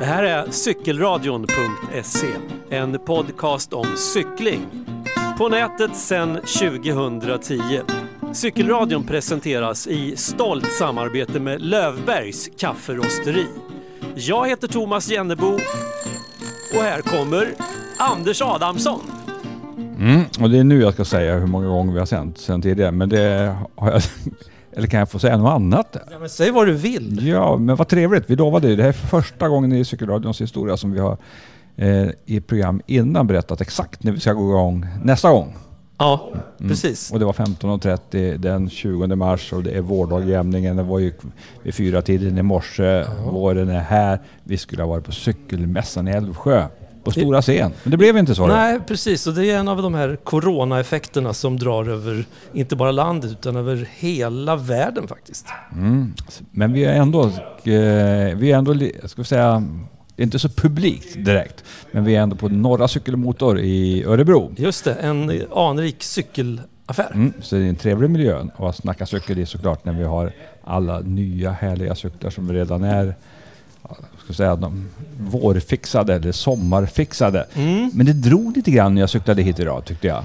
Det här är cykelradion.se, en podcast om cykling. På nätet sedan 2010. Cykelradion presenteras i stolt samarbete med Lövbergs kafferosteri. Jag heter Thomas Jennebo och här kommer Anders Adamsson. Och det är nu jag ska säga hur många gånger vi har sänt sen tidigare, men det har jag... Eller kan jag få säga något annat? Ja, men säg vad du vill. Ja, men vad trevligt. Vi lovade det. Det här är första gången i Cykelradions historia som vi har i program innan berättat exakt när vi ska gå igång nästa gång. Ja, precis. Och det var 15.30 den 20 mars och det är vårdagjämningen. Det var ju vid 4-tiden i morse. Våren är här. Vi skulle ha varit på cykelmässan i Älvsjö. På stora scen. Men det blev inte så. Nej, precis. Och det är en av de här coronaeffekterna som drar över inte bara landet utan över hela världen faktiskt. Men vi är ändå ska vi säga, inte så publikt direkt. Men vi är ändå på Norra Cykelmotor i Örebro. Just det, en anrik cykelaffär. Så det är en trevlig miljö att snacka cykel i såklart när vi har alla nya härliga cyklar som redan är ska säga, de vårfixade eller sommarfixade. Men det drog lite grann när jag cyklade hit idag tyckte jag.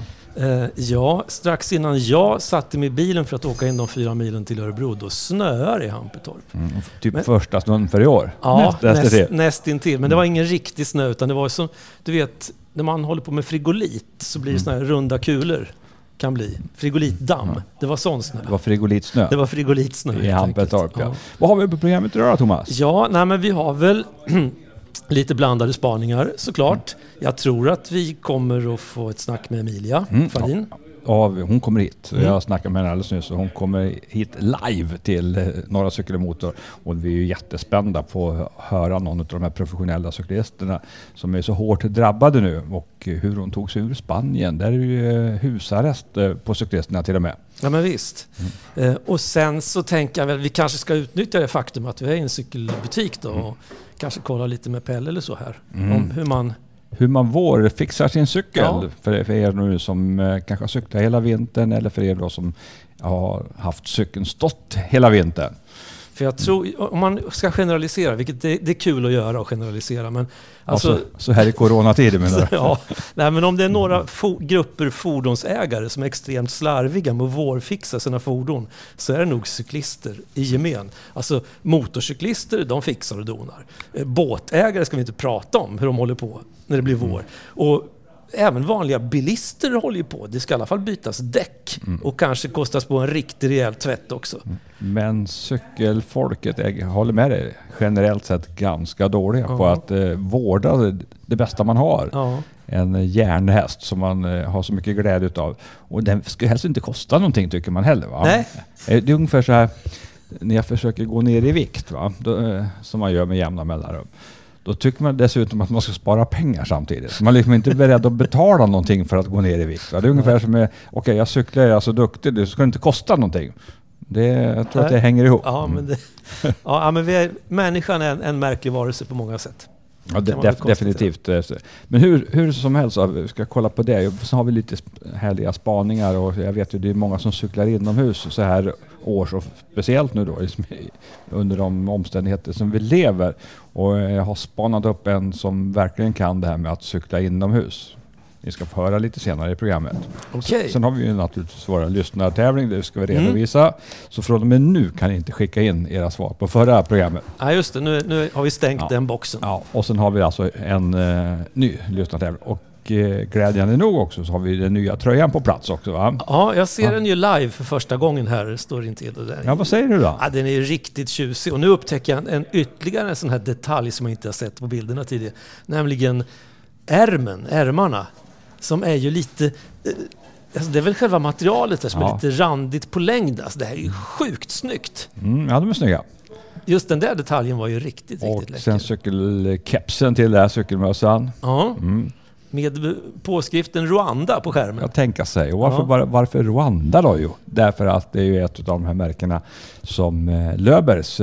Ja, strax innan jag satte mig i bilen för att åka in de 4 milen till Örebro, då snöar i Hampetorp. Första stunden för i år. Ja, nästintill. Men det var ingen riktig snö utan det var som, du vet, när man håller på med frigolit så blir det såna här runda kulor. Kan bli. Frigolitdamm. Det var sån snö. Det var frigolitsnö. Det var frigolitsnö. I Hampetorp, ja. Vad har vi på programmet idag, Thomas? Ja, men vi har väl lite blandade spaningar såklart. Jag tror att vi kommer att få ett snack med Emilia Farin. Ja, hon kommer hit. Jag snackade med henne alldeles nyss och hon kommer hit live till Norra Cykelmotor och vi är ju jättespända på att höra någon av de här professionella cyklisterna som är så hårt drabbade nu och hur hon tog sig ur Spanien. Där är ju husarrest på cyklisterna till och med. Ja, men visst. Och sen så tänker jag väl vi kanske ska utnyttja det faktum att vi är i en cykelbutik då och kanske kolla lite med Pelle eller så här om hur man vårfixar sin cykel för er nu som kanske har cyklat hela vintern eller för er då som har haft cykeln stått hela vintern. För jag tror, om man ska generalisera, vilket det är kul att göra och generalisera, men alltså, så här i coronatider menar du? Ja, nej, men om det är några grupper fordonsägare som är extremt slarviga med att vårfixa sina fordon så är det nog cyklister i gemen. Alltså motorcyklister, de fixar och donar. Båtägare ska vi inte prata om hur de håller på när det blir vår. Och även vanliga bilister håller ju på. Det ska i alla fall bytas däck och kanske kostas på en riktig rejäl tvätt också. Men cykelfolket, jag håller med dig, generellt sett ganska dåliga på att vårda det bästa man har. Ja. En järnhäst som man har så mycket glädje utav. Och den ska helst inte kosta någonting tycker man heller. Va? Nej. Det är ungefär så här när jag försöker gå ner i vikt som man gör med jämna mellanrum. Då tycker man dessutom att man ska spara pengar samtidigt. Man är liksom inte beredd att betala någonting för att gå ner i vikt. Det är ungefär som okej, jag cyklar, jag är så duktig, det ska inte kosta någonting. Jag tror att det hänger ihop. Ja, men människan är en märklig varelse på många sätt. Ja, definitivt. Men hur som helst, vi ska kolla på det. Så har vi lite härliga spaningar och jag vet ju det är många som cyklar inomhus så här års och speciellt nu då under de omständigheter som vi lever. Och jag har spanat upp en som verkligen kan det här med att cykla inomhus. Ni ska få höra lite senare i programmet. Okay. Sen har vi ju naturligtvis våra lyssnartävling, det ska vi redovisa. Så från och med nu kan ni inte skicka in era svar på förra programmet. Ja just det, nu har vi stängt den boxen. Ja, och sen har vi alltså en ny lyssnartävling. Och glädjande nog också så har vi den nya tröjan på plats också, va? Ja, jag ser den ju live för första gången här, står det intill. Ja, vad säger du då? Ja, den är ju riktigt tjusig. Och nu upptäcker jag ytterligare en sån här detalj som jag inte har sett på bilderna tidigare. Nämligen ärmarna. Som är ju lite... Alltså det är väl själva materialet där som är lite randigt på längd. Alltså det här är ju sjukt snyggt. Ja, de är snygga. Just den där detaljen var ju riktigt läcker. Och sen cykelkepsen till den här cykelmössan. Ja. Med påskriften Rwanda på skärmen. Jag tänker sig. Och varför Rwanda då? Jo, därför att det är ju ett av de här märkena som Löfbergs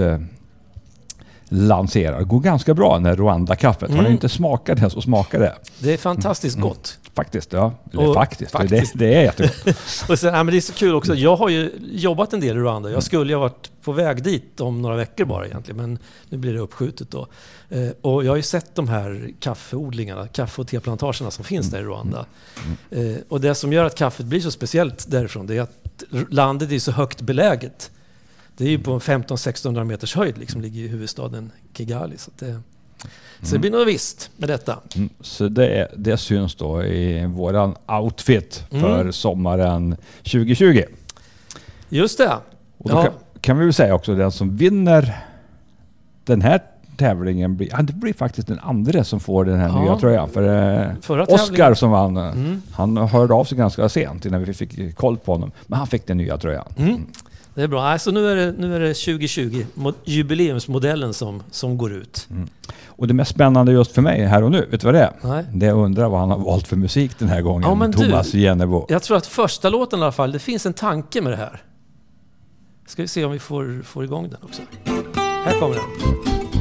lanserar. Det går ganska bra när Rwanda-kaffet. Har ni inte smakat det så smakar det. Det är fantastiskt gott. Faktiskt, ja. Det är jättegott. Och sen, men det är så kul också. Jag har ju jobbat en del i Rwanda. Jag skulle ju ha varit på väg dit om några veckor bara egentligen, men nu blir det uppskjutet då. Och jag har ju sett de här kaffeodlingarna, kaffe- och teplantagerna som finns där i Rwanda. Och det som gör att kaffet blir så speciellt därifrån, det är att landet är så högt beläget. Det är ju på 1500-1600 meters höjd, liksom, ligger i huvudstaden Kigali. Så det blir något visst med detta. Så det syns då i våran outfit för sommaren 2020. Just det. Och då kan vi väl säga också, den som vinner den här tävlingen det blir faktiskt den andra som får den här nya tröjan. För Oskar som vann, han hörde av sig ganska sent innan vi fick koll på honom. Men han fick den nya tröjan. Det är bra. Alltså nu är det 2020, jubileumsmodellen som går ut. Och det mest spännande just för mig här och nu, vet du vad det är? Nej. Det undrar vad han har valt för musik den här gången, Thomas Jennebo. Jag tror att första låten i alla fall, det finns en tanke med det här. Ska vi se om vi får igång den också. Här kommer den.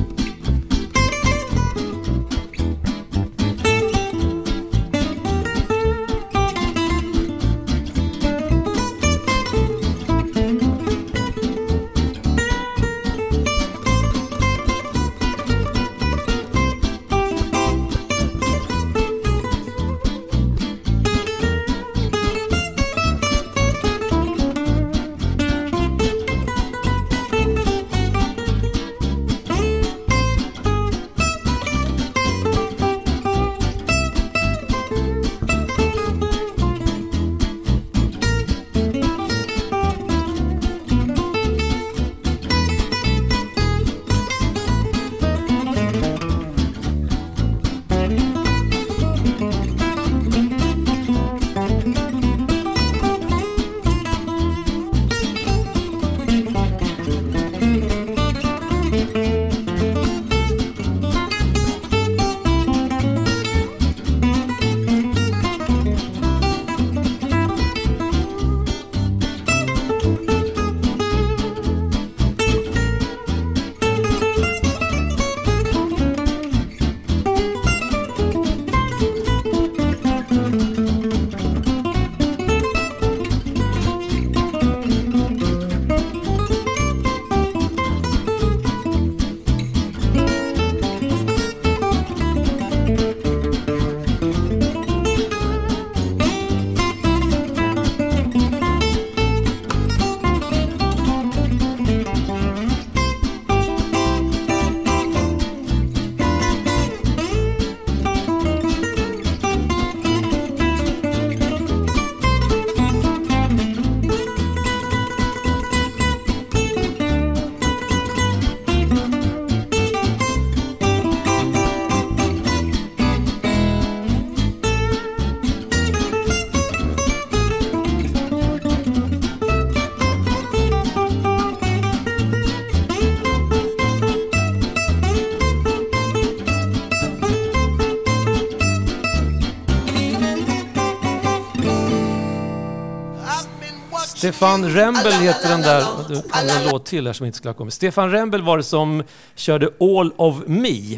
Stefan Rembel heter den där, du kan en låt till här som inte skulle ha kommit. Stefan Rembel var det som körde All of Me.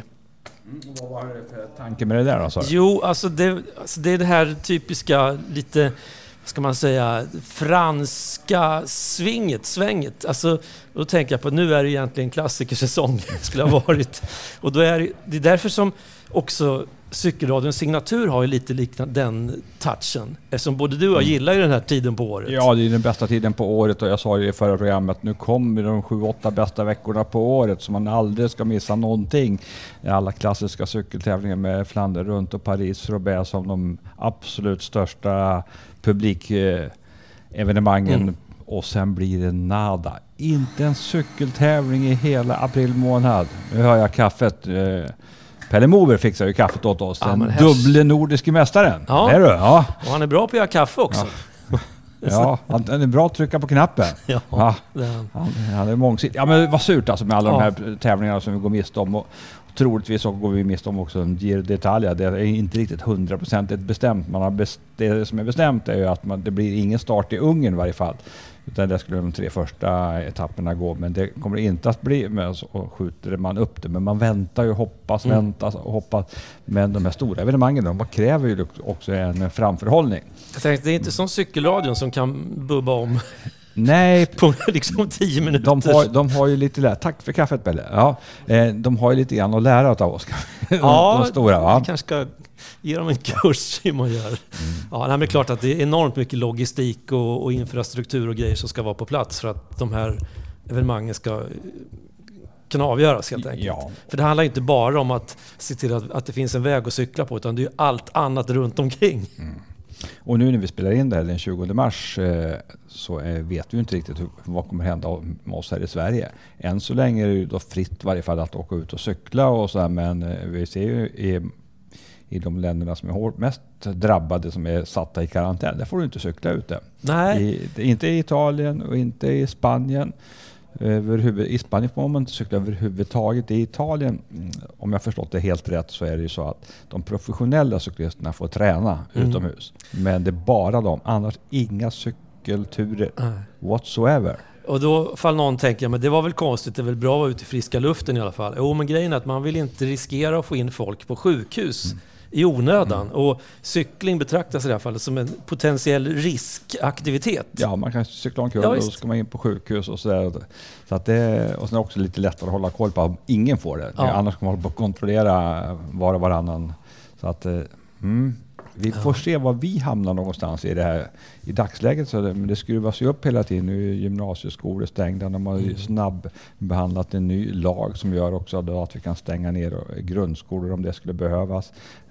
Vad var det för tanke med det där då? Jo, alltså det är det här typiska lite, ska man säga, franska svänget. Alltså, då tänker jag på att nu är det egentligen klassikersäsong skulle ha varit. Och då är det är därför som också Cykelradions signatur har ju lite liknande den touchen. Eftersom både du och jag gillar ju den här tiden på året. Ja, det är den bästa tiden på året och jag sa ju i förra programmet, nu kommer de 7-8 bästa veckorna på året så man aldrig ska missa någonting. Alla klassiska cykeltävlingar med Flandern runt och Paris-Roubaix som de absolut största publikevenemangen. Och sen blir det nada. Inte en cykeltävling i hela april månad. Nu hör jag kaffet. Pelle Mober fixar ju kaffet åt oss. Den dubbla nordiska mästaren. Ja. Är du? Ja. Och han är bra på att göra kaffe också. Ja, han är bra att trycka på knappen. Ja, han är mångsidig. Ja, men vad surt alltså med alla de här tävlingarna som vi går miste om. Och troligtvis så går vi miste om också en Giro d'Italia. Det är inte riktigt 100% bestämt. Det som är bestämt är ju att det blir ingen start i Ungern i varje fall. Utan det skulle de 3 första etapperna gå. Men det kommer inte att bli med så skjuter man upp det. Men man väntar ju, hoppas. Men de här stora evenemangen, de kräver ju också en framförhållning. Jag tänkte, det är inte som Cykelradion som kan bubba om Nej. På liksom 10 minuter. De har ju lite tack för kaffet, Pelle. Ja, de har ju lite grann att lära av oss. Ja, de stora, va? Vi kanske ska ge dem en kurs hur man gör. Ja, men det är klart att det är enormt mycket logistik och infrastruktur och grejer som ska vara på plats för att de här evenemangen ska kunna avgöras helt enkelt. Ja. För det handlar inte bara om att se till att det finns en väg att cykla på, utan det är ju allt annat runt omkring. Och nu när vi spelar in det här den 20 mars så vet vi inte riktigt vad kommer hända med oss här i Sverige. Än så länge är det ju då fritt i varje fall att åka ut och cykla och så här, men vi ser ju i de länderna som är mest drabbade, som är satta i karantän, där får du inte cykla ute. Nej. Inte i Italien och inte i Spanien. I Spanien får man inte cykla överhuvudtaget. I Italien, om jag förstått det helt rätt, så är det ju så att de professionella cyklisterna får träna utomhus. Men det är bara de, annars inga cykelturer whatsoever. Och då fall någon tänker, men det var väl konstigt, det är väl bra att vara ute i friska luften i alla fall. Jo, men grejen är att man vill inte riskera att få in folk på sjukhus i onödan. Och cykling betraktas i det här fallet som en potentiell riskaktivitet. Ja, man kan cykla omkull och så ska man in på sjukhus och sådär. Så att och sen är det också lite lättare att hålla koll på om ingen får det. Ja. Annars kommer man hålla på att kontrollera var och varannan. Så att vi får se var vi hamnar någonstans i det här. I dagsläget så det skruvas ju upp hela tiden. Nu är gymnasieskolor stängda. De har ju behandlat en ny lag som gör också att vi kan stänga ner grundskolor om det skulle behövas.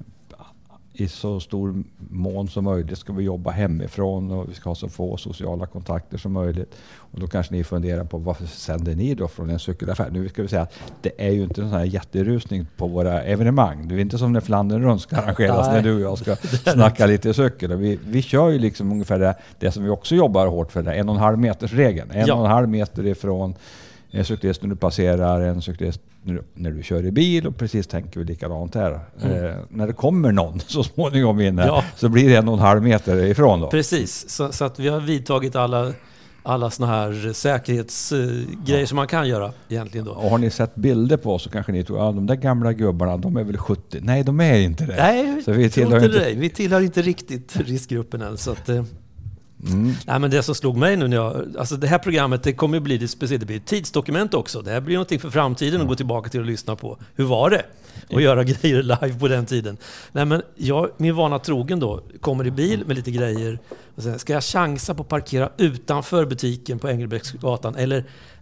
I så stor mån som möjligt ska vi jobba hemifrån och vi ska ha så få sociala kontakter som möjligt. Och då kanske ni funderar på varför sänder ni då från en cykelaffär? Nu ska vi säga att det är ju inte en sån här jätterusning på våra evenemang. Det är inte som när Flandern runt ska arrangeras när du och jag ska snacka lite cykel. Och vi kör ju liksom ungefär det som vi också jobbar hårt för, 1,5 meters regeln. 1,5 meter ifrån en cyklist när du passerar, en cyklist när du kör i bil, och precis tänker vi likadant här. När det kommer någon så småningom in här, så blir det 1,5 meter ifrån då. Precis, så att vi har vidtagit alla såna här säkerhetsgrejer som man kan göra egentligen då. Och har ni sett bilder på oss så kanske ni tror de där gamla gubbarna, de är väl 70. Nej, de är inte det. Nej, så vi tillhör inte riktigt riskgruppen än, så att nej, men det som slog mig nu alltså det här programmet, det kommer ju bli det speciellt, det blir ett tidsdokument också. Det här blir någonting för framtiden att gå tillbaka till och lyssna på. Hur var det? Och göra grejer live på den tiden. Nej, men min vana trogen då, kommer i bil med lite grejer och sen ska jag chansa på att parkera utanför butiken på Engelbrektsgatan, eller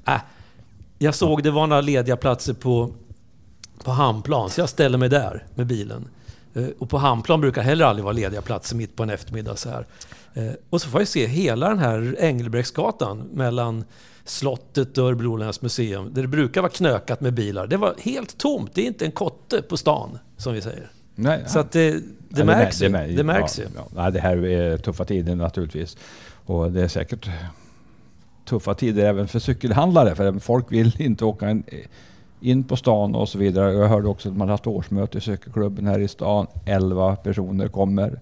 jag såg det var några lediga platser på Hamnplan, så jag ställer mig där med bilen. Och på Hamnplan brukar heller aldrig vara lediga platser mitt på en eftermiddag så här. Och så får jag se hela den här Engelbrektsgatan mellan slottet och Örebro läns museum, där det brukar vara knökat med bilar. Det var helt tomt. Det är inte en kotte på stan, som vi säger. Nej, så att det märks ju. Det märks ju. Ja, det här är tuffa tider naturligtvis. Och det är säkert tuffa tider även för cykelhandlare. För folk vill inte åka in på stan och så vidare. Jag hörde också att man haft årsmöte i cykelklubben här i stan. 11 personer kommer.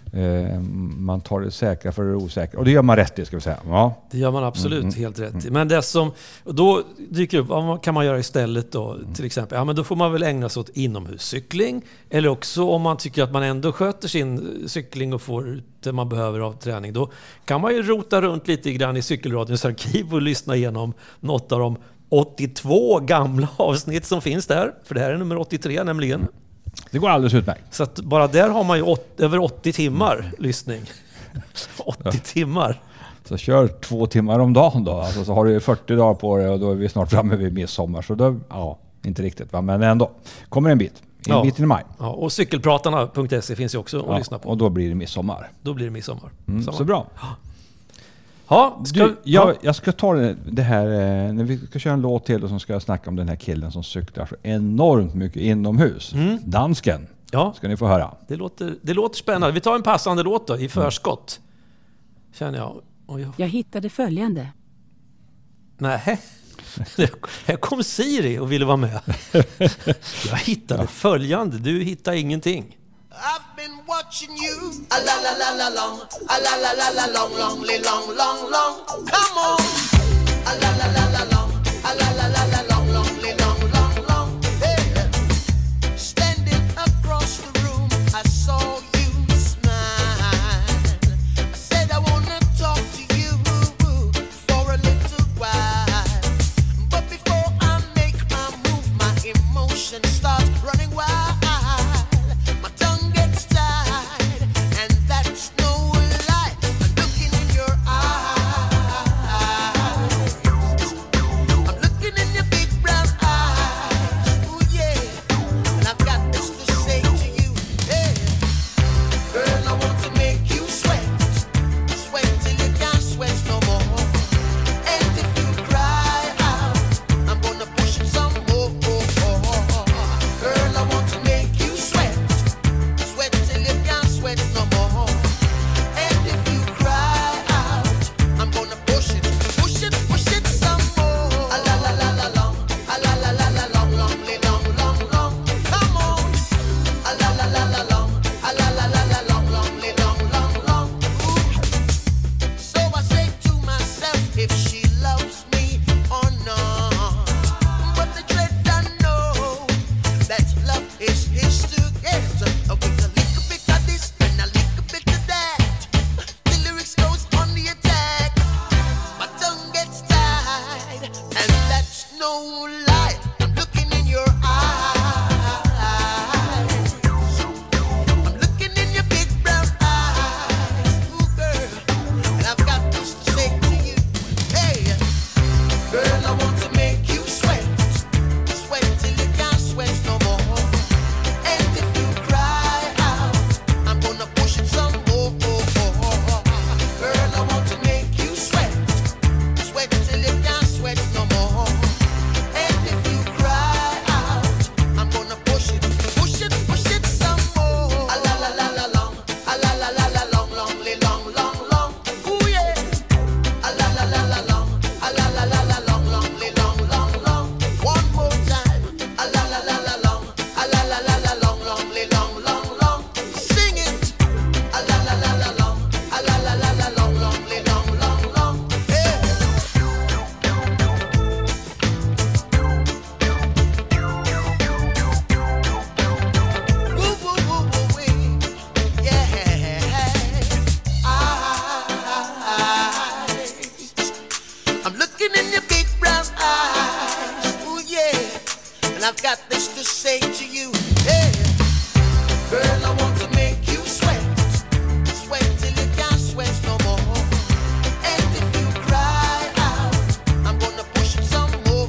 Man tar det säkra för det osäkra. Och det gör man rätt i, ska vi säga. Ja. Det gör man absolut helt rätt i. Men det som då dyker upp, vad kan man göra istället då? Till exempel, ja, men då får man väl ägna sig åt inomhuscykling. Eller också om man tycker att man ändå sköter sin cykling och får ut det man behöver av träning. Då kan man ju rota runt lite grann i Cykelradions arkiv och lyssna igenom något av de 82 gamla avsnitt som finns där. För det här är nummer 83 nämligen. Det går alldeles utmärkt. Så att bara där har man ju över 80 timmar lyssning. 80 timmar. Så kör 2 timmar om dagen då. Alltså, så har du 40 dagar på det och då är vi snart framme vid midsommar. Så då, inte riktigt, va? Men ändå. Kommer en bit. En bit i maj. Ja, och cykelpratarna.se finns ju också att lyssna på. Och då blir det midsommar. Så bra. Ja, jag ska ta det här när vi ska köra en låt till och som ska snacka om den här killen som cyklar så enormt mycket inomhus. Dansken. Ja. Ska ni få höra. Det låter spännande. Vi tar en passande låt då i förskott. Känner jag. Jag hittade följande. Nej. Här kom Siri och ville vara med. Jag hittade följande. Du hittar ingenting. I've been watching you a la la la la long, a la la la la long, long. Come on, a la la la la long, a la la la la long. Hey, standing across the room, I saw you smile. I said I wanna talk to you for passion starts running wild. My tongue gets tied, and that's no lie. I'm looking in your eyes. I'm looking in your big brown eyes. Ooh yeah, and I've got this to say to you. Hey, girl, I want to make you sweat, sweat till you can't sweat no more. And if you cry out, I'm gonna push it some more. Girl, I want to make you sweat, sweat till you can't sweat no more. And if you cry out, I'm gonna push it some more. A la la la la long, a la la la la long, long, long, long, long. Come on. A la la la la long, a la la la la long, long, long, long, long. Ooh. So I say to myself, if she loves me or not. But the dread I know that love is his to get. With a little bit of this and a little bit of that, the lyrics goes on the attack. My tongue gets tied, and that's no lie. I'm looking in your eyes. I'm looking in your big brown eyes. Ooh, girl, and I've got this to say to you. Hey, girl, I want to make you sweat, sweat till you can't sweat no more. And if you cry out, I'm gonna push it some more. Girl, I want to make you sweat, sweat till you can't sweat no more. And if you cry out, I'm gonna push it some more. A la la la la long, a la la la la long, long, long, long, long. Ooh yeah. A la la la la long, a la la la la long, long, long, long, long. One more time. A la la la la long, a la la la la long, long, long, long, long. Sing it. A la la la la long, a la la la la long, long, long, long, long. Yeah. Woo woo woo woo wee. Yeah. I'm looking in your big brown eyes. Ooh yeah. And I've got this to say to you. Yeah. Girl, I want to make you sweat, sweat till you can't sweat no more. And if you cry out, I'm gonna push it some more.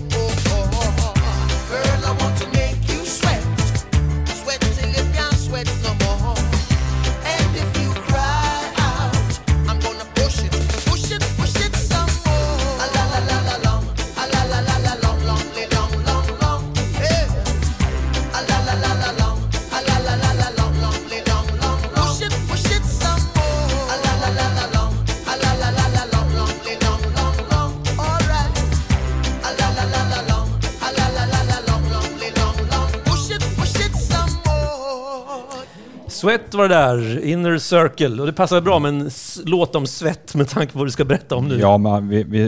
Girl, I want to make you sweat, sweat till you can't sweat no more. And if you cry out, I'm gonna push it some more. A la la la la long, a la la la la long, long, long, long, long. Yeah. A la la la la long, a la la la la long, long, long, long, long. Push it some more. A la la la la long, a la la la la long, long, long, long, long. All right. A la la la la long, a la la la la long, long, long, long. Push it some more. Sweat var det där, Inner Circle. Och det passar bra med en låt om svett med tanke på vad du ska berätta om nu. Ja, men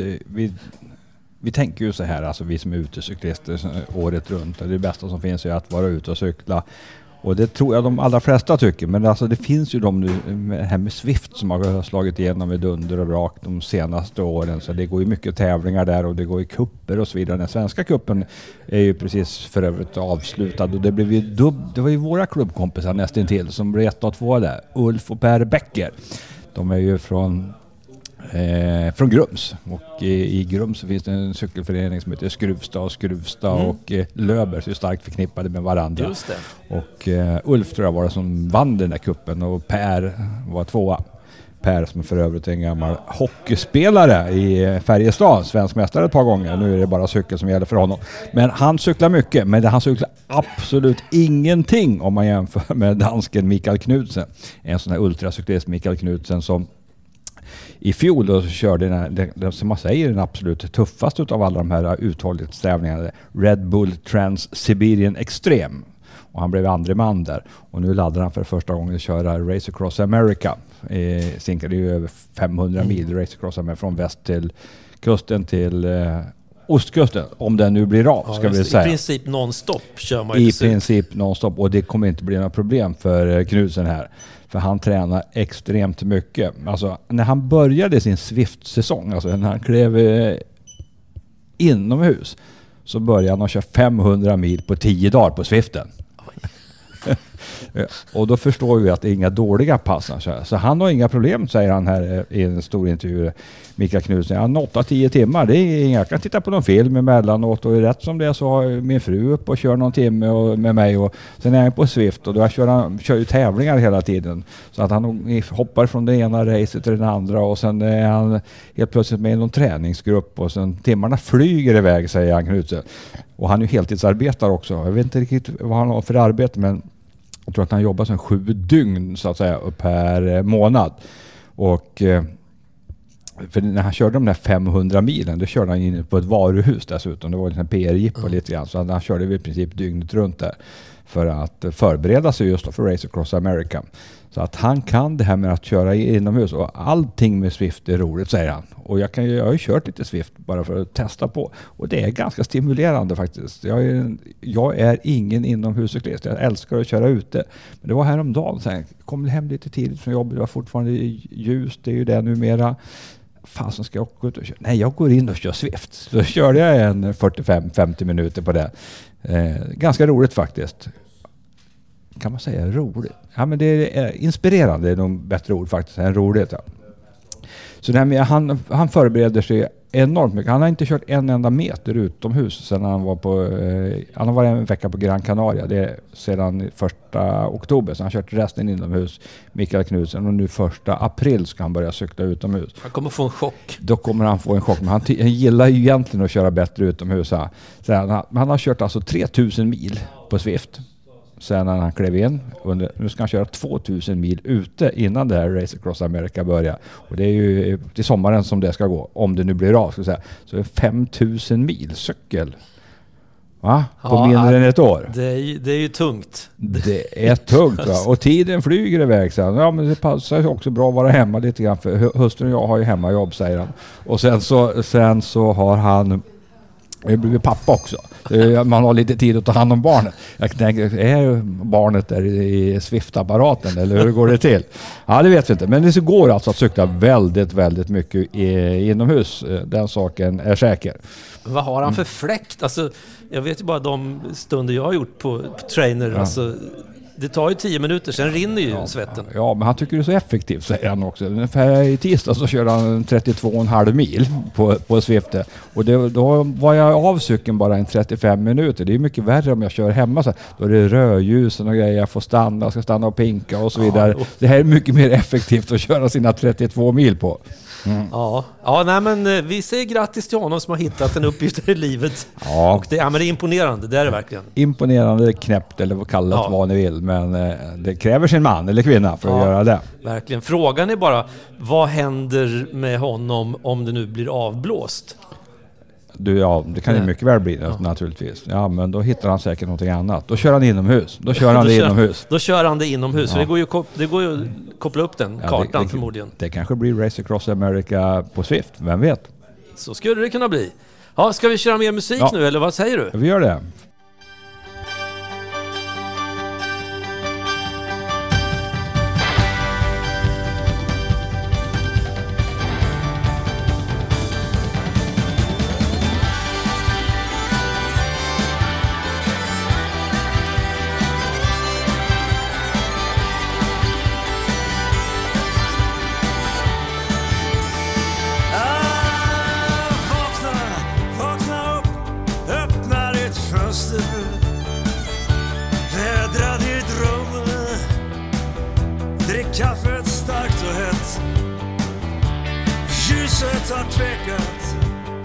vi tänker ju så här, alltså vi som är utecyklister året runt. Det bästa som finns är att vara ute och cykla. Och det tror jag de allra flesta tycker. Men alltså det finns ju de nu här med Swift som har slagit igenom med dunder och brak de senaste åren. Så det går ju mycket tävlingar där och det går ju kupper och så vidare. Den svenska kuppen är ju precis för övrigt avslutad. Och det blev ju det var ju våra klubbkompisar nästan till som blev 1 och 2 där. Ulf och Per Bäcker. De är ju från Grums. Och i Grums så finns det en cykelförening som heter Skruvstad och Löber, så är starkt förknippade med varandra. Just det. Och Ulf tror jag var det som vann den där kuppen och Per var 2. Per som för övrigt är en gammal hockeyspelare i Färjestad, svensk mästare ett par gånger. Nu är det bara cykel som gäller för honom. Men han cyklar mycket, men han cyklar absolut ingenting om man jämför med dansken Mikael Knudsen. En sån här ultracyklist, Mikael Knudsen, som i fjol då körde den som man säger den absolut tuffaste av alla de här uthållighetstävlingarna, Red Bull Trans-Siberian Extreme. Och han blev andre man där. Och nu laddar han för första gången att köra Race Across America. Sinkade ju över 500 mil Race Across America från väst till kusten till ostkusten. Om den nu blir av, ska vi säga. I princip non-stop kör man. I princip non-stop. Och det kommer inte bli några problem för Knudsen här. För han tränar extremt mycket. Alltså när han började sin Swift-säsong, alltså när han klev inomhus, så började han att köra 500 mil på 10 dagar på Swiften. Och då förstår vi att det är inga dåliga pass. Så han har inga problem, säger han här i en stor intervju, Mikael Knudsen. Han 8-10 timmar, det är inga. Jag kan titta på någon film emellanåt, och rätt som det så har min fru upp och kör någon timme med mig, och sen är han på Swift och då kör ju tävlingar hela tiden. Så att han hoppar från det ena racet till den andra, och sen är han helt plötsligt med i någon träningsgrupp, och sen timmarna flyger iväg, säger han Knudsen. Och han är ju heltidsarbetare också. Jag vet inte riktigt vad han har för arbete, men jag tror att han jobbar sedan 7 dygn så att säga per månad. Och för när han körde de där 500 milen, då körde han in på ett varuhus dessutom. Det var en PR-jippa lite grann. Så han körde i princip dygnet runt där för att förbereda sig just för Race Across America. Så att han kan det här med att köra inomhus, och allting med Swift är roligt, säger han. Och jag har ju kört lite Swift bara för att testa på. Och det är ganska stimulerande faktiskt. Jag är ingen inomhuscyklist. Jag älskar att köra ute. Men det var häromdagen. Så jag kom hem lite tidigt från jobbet. Det var fortfarande ljust. Det är ju det numera. Fasen, ska jag gå ut och köra? Nej, jag går in och kör Swift. Så körde jag en 45-50 minuter på det. Ganska roligt faktiskt. Kan man säga roligt? Ja, men det är inspirerande, det är nog bättre ord faktiskt än roligt. Ja. Så det här med, han förbereder sig enormt mycket. Han har inte kört en enda meter utomhus sedan han har varit en vecka på Gran Canaria. Det är sedan 1 oktober. Så han har kört resten inomhus, Mikael Knudsen. Och nu 1 april ska han börja cykla utomhus. Han kommer få en chock. Då kommer han få en chock. Men han gillar ju egentligen att köra bättre utomhus. Så han har kört alltså 3000 mil på Swift. Sen när han klev in, nu ska han köra 2000 mil ute innan det här Race Across America börjar. Och det är ju till sommaren som det ska gå, om det nu blir av. Så det är 5000 mil cykel. Va? På mindre än ett år. Det är ju tungt. Det är tungt, va? Och tiden flyger iväg sen. Ja, men det passar ju också bra att vara hemma lite grann. För hustrun och jag har ju hemmajobb, säger han. Och sen så har han blivit pappa också. Man har lite tid att ta hand om barnet. Jag tänker, är barnet där i Swift-apparaten eller hur går det till? Ja, det vet vi inte. Men det går alltså att cykla väldigt, väldigt mycket inomhus. Den saken är säker. Vad har han för fläkt? Alltså, jag vet ju bara de stunder jag har gjort på trainer. Ja. Alltså, det tar ju 10 minuter, sen rinner ju svetten. Ja, men han tycker det är så effektivt, säger han också. Ungefär i tisdag så körde han 32,5 mil på Swift. Och då var jag av cykeln bara en 35 minuter. Det är mycket värre om jag kör hemma. Så då är det rödljusen och grejer. Jag får ska stanna och pinka och så vidare. Det här är mycket mer effektivt att köra sina 32 mil på. Mm. Ja, nej, men vi säger grattis till honom som har hittat en uppgift i livet. Ja. Och det är imponerande, det är det verkligen. Imponerande, knäppt eller kallat vad ni vill. Men det kräver sin man eller kvinna för att göra det. Verkligen. Frågan är bara, vad händer med honom om det nu blir avblåst? Det kan ju mycket väl bli det, naturligtvis. Ja, men då hittar han säkert någonting annat. Då kör han inomhus. Då kör han det inomhus. För det går ju att koppla upp den kartan förmodligen. Det kanske blir Race Across America på Swift, vem vet? Så skulle det kunna bli. Ja, ska vi köra mer musik nu, eller vad säger du? Vi gör det. Kaffet starkt och hett. Ljuset har tvekat.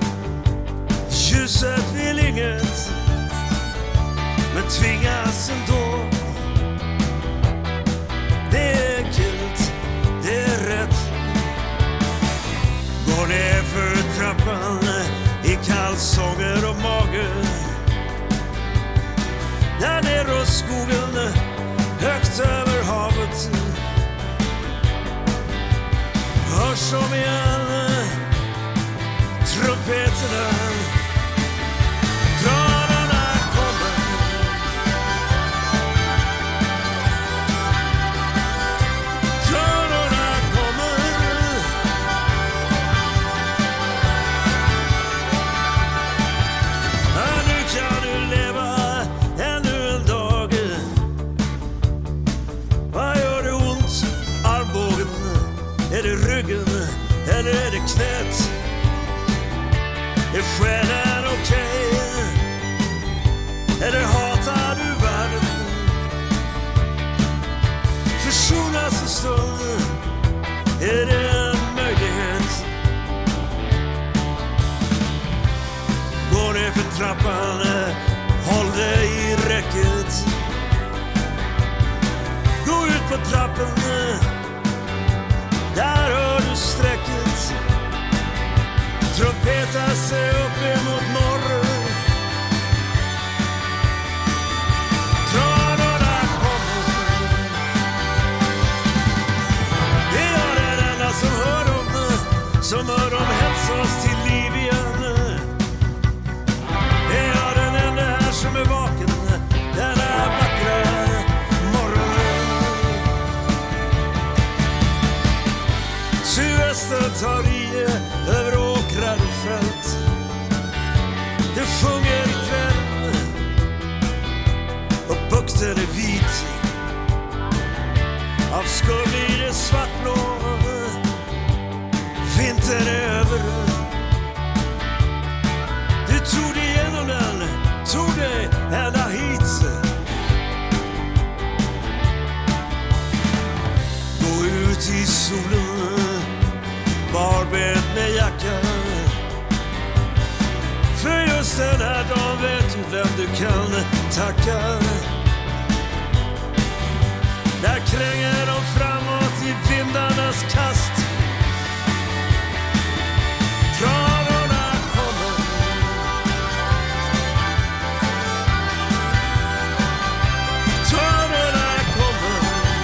Ljuset vill inget, men tvingas ändå. Det är enkelt, det är rätt. Går ner för trappan i kalsonger och mage. Där ner hos skogen, högt över havet. Hörs om igen trumpeterna. Tranorna kommer. Tranorna kommer. Ja, nu själen okej? Eller hatar du världen? Försonas en stund, är det en möjlighet? Gå ner för trappan, håll dig i räcket. Gå ut på trappen, där hör du sträcket. Trumpeta sig upp emot norr. Tranorna kommer. Det är den enda som hör dem hälsa oss till liv igen. Det är den enda här som är vaken denna vackra morgon. Sydvästen tar i över åkrar och fält. Det sjunger i träden och bukten är vit. Av skum i det svartblå. Vintern är över. Du tog dig igenom den, tog dig ända hit. Gå ut i solen, barbent med jackan. För just den här dagen vet du vem du kan tacka. Där kränger de framåt i vindarnas kast. Tranorna kommer. Tranorna kommer.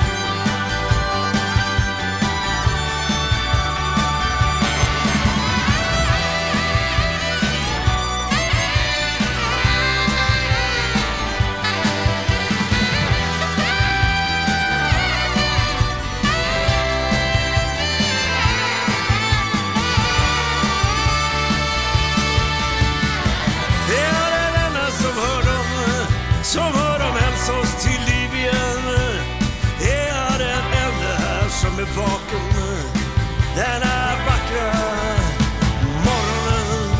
Som hör dem hälsa oss till liv igen. Det är den enda här som är vaken denna vackra morgonen.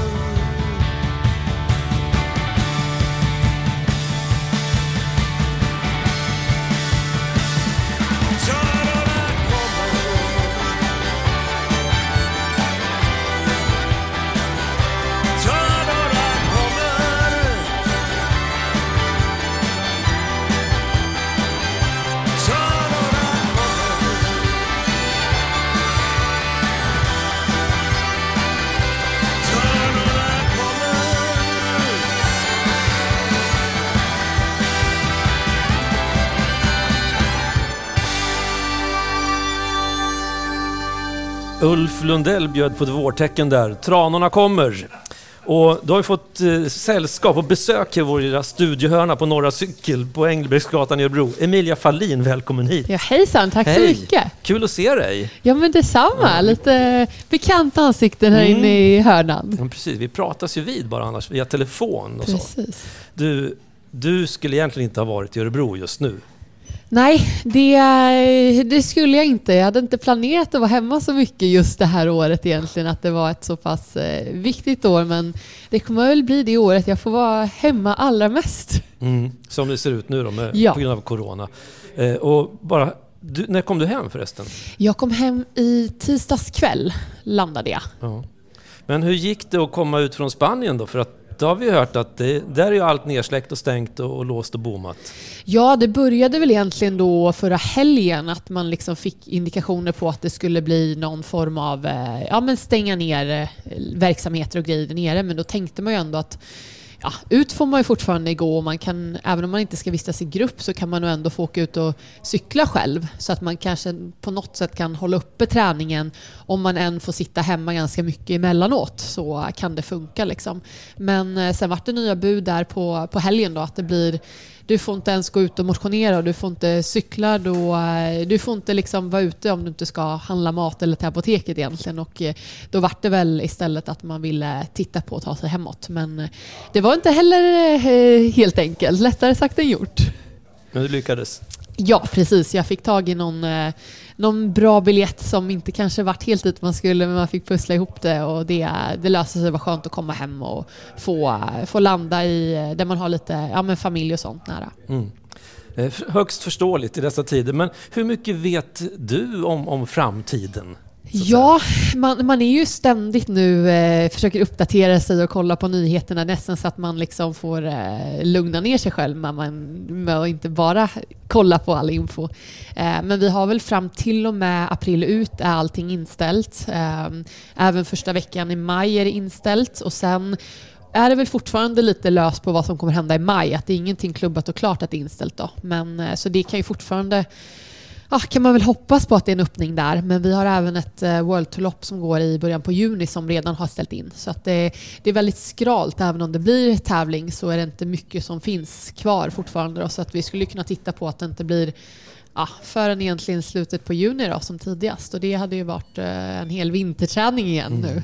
Tranorna kommer. Tranorna kommer. Ulf Lundell bjöd på ett vårtecken där. Tranorna kommer. Och då har vi fått sällskap och besök i vår studiohörna på Norra Cykel på Engelbrektsgatan i Örebro. Emilia Fallin, välkommen hit. Ja, hejsan, tack så mycket. Kul att se dig. Ja, men detsamma. Lite bekanta ansikten här inne i hörnan. Ja, precis, vi pratas ju vid bara annars via telefon och Precis. så. Du skulle egentligen inte ha varit i Örebro just nu. Nej, det skulle jag inte. Jag hade inte planerat att vara hemma så mycket just det här året egentligen. Att det var ett så pass viktigt år. Men det kommer väl bli det året jag får vara hemma allra mest. Som det ser ut nu då på grund av corona. Och bara, när kom du hem förresten? Jag kom hem i tisdagskväll, landade jag. Ja. Men hur gick det att komma ut från Spanien då? För att då har vi hört att där är ju allt nedsläckt och stängt och låst och bommat. Ja, det började väl egentligen då förra helgen att man liksom fick indikationer på att det skulle bli någon form av stänga ner verksamheter och grejer nere. Men då tänkte man ju ändå att ut får man ju fortfarande gå och man kan, även om man inte ska vistas i grupp så kan man nog ändå få åka ut och cykla själv så att man kanske på något sätt kan hålla uppe träningen. Om man än får sitta hemma ganska mycket emellanåt så kan det funka liksom. Men sen var det nya bud där på helgen då att det blir, du får inte ens gå ut och motionera och du får inte cykla då, du får inte liksom vara ute om du inte ska handla mat eller till apoteket egentligen, och då var det väl istället att man ville titta på och ta sig hemåt, men det var inte heller helt enkelt, lättare sagt än gjort. Men du lyckades? Ja, precis. Jag fick tag i någon bra biljett som inte kanske varit helt dit man skulle, men man fick pussla ihop det, och det löste sig. Var skönt att komma hem och få landa i där man har lite familj och sånt nära. Högst förståeligt i dessa tider, men hur mycket vet du om framtiden? Ja, man är ju ständigt nu försöker uppdatera sig och kolla på nyheterna, nästan så att man liksom får lugna ner sig själv med att inte bara kolla på all info. Men vi har väl fram till och med april ut är allting inställt. Även första veckan i maj är det inställt, och sen är det väl fortfarande lite löst på vad som kommer hända i maj. Att det är ingenting klubbat och klart att det är inställt då. Men så det kan ju fortfarande... kan man väl hoppas på att det är en öppning där. Men vi har även ett World Tour-lopp som går i början på juni som redan har ställt in. Så att det är väldigt skralt. Även om det blir tävling så är det inte mycket som finns kvar fortfarande då. Så att vi skulle kunna titta på att det inte blir förrän egentligen slutet på juni då, som tidigast. Och det hade ju varit en hel vinterträning igen nu.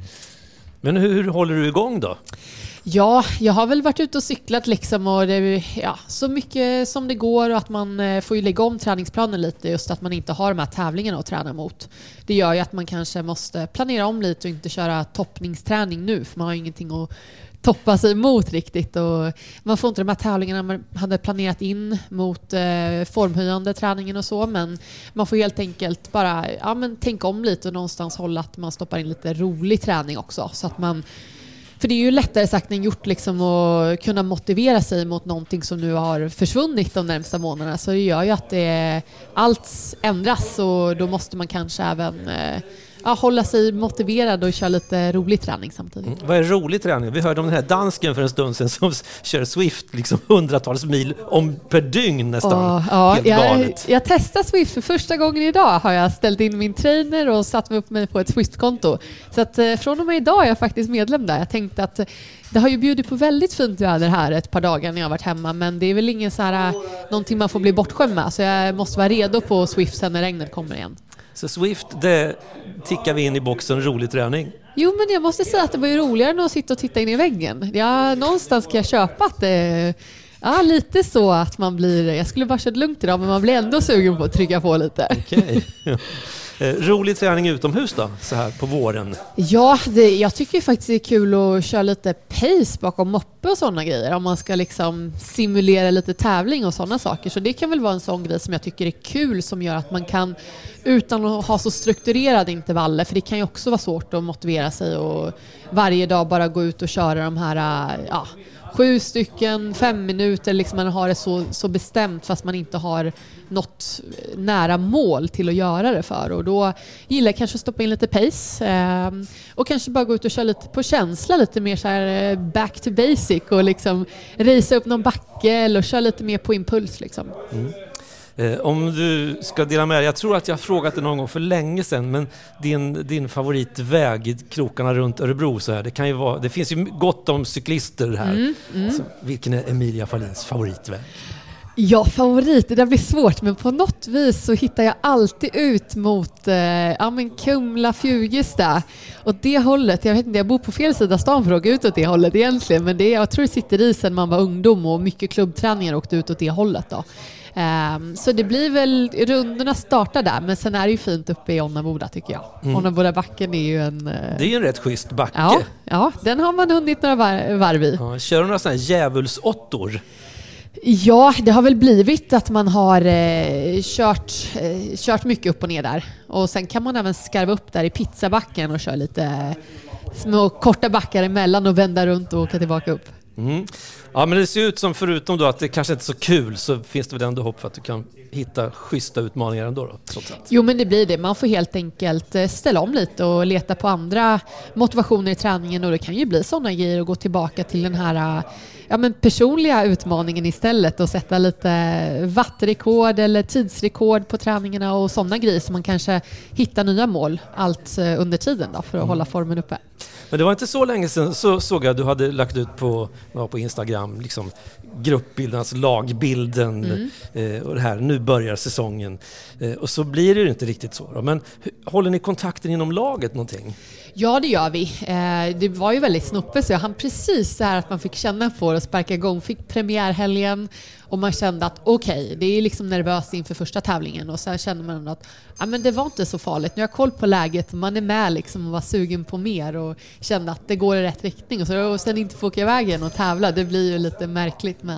Men hur håller du igång då? Ja, jag har väl varit ute och cyklat liksom, och så mycket som det går, och att man får ju lägga om träningsplanen lite, just att man inte har de här tävlingarna att träna mot. Det gör ju att man kanske måste planera om lite och inte köra toppningsträning nu, för man har ju ingenting att toppa sig emot riktigt, och man får inte de här tävlingarna man hade planerat in mot formhöjande träningen och så, men man får helt enkelt bara tänka om lite och någonstans hålla att man stoppar in lite rolig träning också, så att man... För det är ju lättare sagt än gjort liksom att kunna motivera sig mot någonting som nu har försvunnit de närmsta månaderna. Så det gör ju att allt ändras, och då måste man kanske även hålla sig motiverad och köra lite rolig träning samtidigt. Vad är rolig träning? Vi hörde om den här dansken för en stund sedan som kör Swift liksom hundratals mil per dygn nästan. Helt galet. Jag testar Swift för första gången idag. Har jag ställt in min trainer och satt upp mig på ett Swift-konto. Så att från och med idag är jag faktiskt medlem där. Jag tänkte att det har ju bjudit på väldigt fint väder här ett par dagar när jag har varit hemma, men det är väl ingen så här någonting man får bli bortskämd med. Så jag måste vara redo på Swift sen när regnet kommer igen. Så Swift, det tickar vi in i boxen, rolig träning. Jo, men jag måste säga att det var ju roligare än att sitta och titta in i väggen. Någonstans ska jag köpa att det lite så att man blir... Jag skulle bara köra lugnt idag, men man blir ändå sugen på att trycka på lite. Okej. Rolig träning utomhus då, så här på våren? Ja, jag tycker faktiskt det är kul att köra lite pace bakom moppe och sådana grejer. Om man ska liksom simulera lite tävling och sådana saker. Så det kan väl vara en sån grej som jag tycker är kul, som gör att man kan, utan att ha så strukturerade intervaller, för det kan ju också vara svårt att motivera sig och varje dag bara gå ut och köra de här 7 stycken, 5 minuter, liksom man har det så bestämt fast man inte har något nära mål till att göra det för. Och då gillar jag kanske att stoppa in lite pace och kanske bara gå ut och köra lite på känsla, lite mer så här back to basic, och liksom racea upp någon backe eller köra lite mer på impuls liksom. Om du ska dela med dig, jag tror att jag har frågat det någon gång för länge sedan, men din favoritväg i krokarna runt Örebro så här, det kan ju vara, det finns ju gott om cyklister här. Så, vilken är Emilia Fahlins favoritväg? Ja, favorit, det där blir svårt, men på något vis så hittar jag alltid ut mot Kumla, Fjugesta och det hållet. Jag vet inte, jag bor på fel sida stan för att åka ut åt det hållet egentligen, men jag tror det sitter i sen man var ungdom och mycket klubbträningar åkte ut åt det hållet då. Så det blir väl, rundorna startar där, men sen är det ju fint uppe i Onnaboda tycker jag. Onnaboda backen är ju en... Det är ju en rätt schysst backe. Ja, den har man hunnit några varv i. Ja, kör du några sådana här djävulsåttor? Ja, det har väl blivit att man har kört mycket upp och ner där. Och sen kan man även skarva upp där i pizzabacken och köra lite små korta backar emellan och vända runt och åka tillbaka upp. Ja, men det ser ut som, förutom då att det kanske inte är så kul, så finns det väl ändå hopp för att du kan hitta schyssta utmaningar ändå då, trots allt. Jo, men det blir det. Man får helt enkelt ställa om lite och leta på andra motivationer i träningen, och det kan ju bli sådana grejer och gå tillbaka till den här personliga utmaningen istället och sätta lite wattrekord eller tidsrekord på träningarna och sådana grejer, så man kanske hittar nya mål allt under tiden då, för att hålla formen uppe. Men det var inte så länge sedan så såg jag att du hade lagt ut på Instagram liksom gruppbilden, alltså lagbilden och det här, nu börjar säsongen och så blir det ju inte riktigt så då. Men håller ni kontakten inom laget någonting? Ja, det gör vi. Det var ju väldigt snoppigt, så jag hann precis så här att man fick känna på det och sparka igång. Fick premiärhelgen och man kände att okej, det är liksom nervöst inför första tävlingen, och sen kände man att men det var inte så farligt. Nu har jag koll på läget, man är med liksom och var sugen på mer och kände att det går i rätt riktning. Och sen inte få åka iväg igen och tävla, det blir ju lite märkligt, men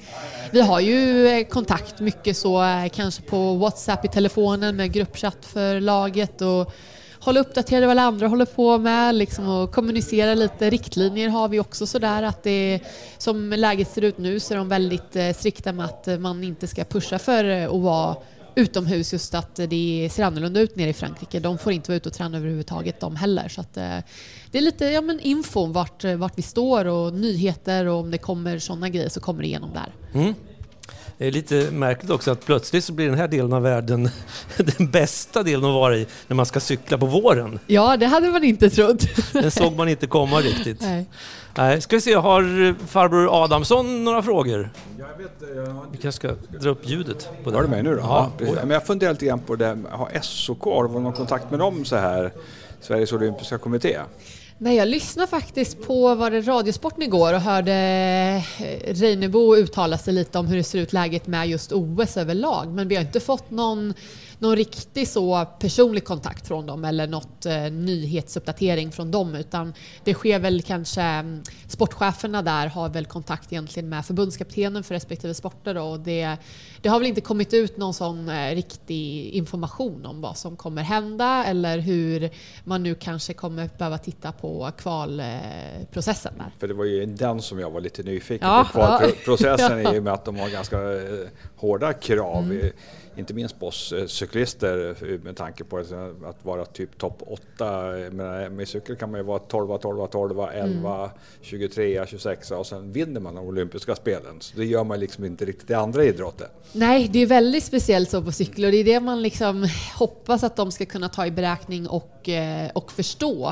vi har ju kontakt mycket så kanske på WhatsApp i telefonen med gruppchatt för laget och hålla uppdaterade vad alla andra håller på med liksom, och kommunicera lite. Riktlinjer har vi också sådär att det, som läget ser ut nu så är de väldigt strikta med att man inte ska pusha för att vara utomhus, just att det ser annorlunda ut nere i Frankrike. De får inte vara ute och träna överhuvudtaget de heller, så att det är lite info om vart vi står och nyheter, och om det kommer sådana grejer så kommer det igenom där. Mm. Det är lite märkligt också att plötsligt så blir den här delen av världen den bästa delen att vara i när man ska cykla på våren. Ja, det hade man inte trott. Den såg man inte komma riktigt. Nej. Ska vi se, har farbror Adamsson några frågor? Jag vet, Vi kanske ska dra upp ljudet på det. Var du med nu då? Ja. Men jag funderar lite grann på det. Har SOK, har du någon kontakt med dem så här? Sveriges olympiska kommitté? Nej, jag lyssnade faktiskt på Radiosporten igår och hörde Reinebo uttala sig lite om hur det ser ut läget med just OS överlag. Men vi har inte fått någon riktig så personlig kontakt från dem eller något nyhetsuppdatering från dem, utan det sker väl kanske sportcheferna där har väl kontakt egentligen med förbundskaptenen för respektive sporter då, och det har väl inte kommit ut någon sån riktig information om vad som kommer hända eller hur man nu kanske kommer behöva titta på kvalprocessen där. För det var ju den som jag var lite nyfiken på, kvalprocessen i och med att de har ganska hårda krav. Inte minst på oss cyklister med tanke på att vara typ topp 8. Med cykel kan man ju vara 12, 11, 23, 26 och sen vinner man de olympiska spelen. Så det gör man liksom inte riktigt i andra idrotter. Nej, det är väldigt speciellt så på cykel, och det är det man liksom hoppas att de ska kunna ta i beräkning och förstå.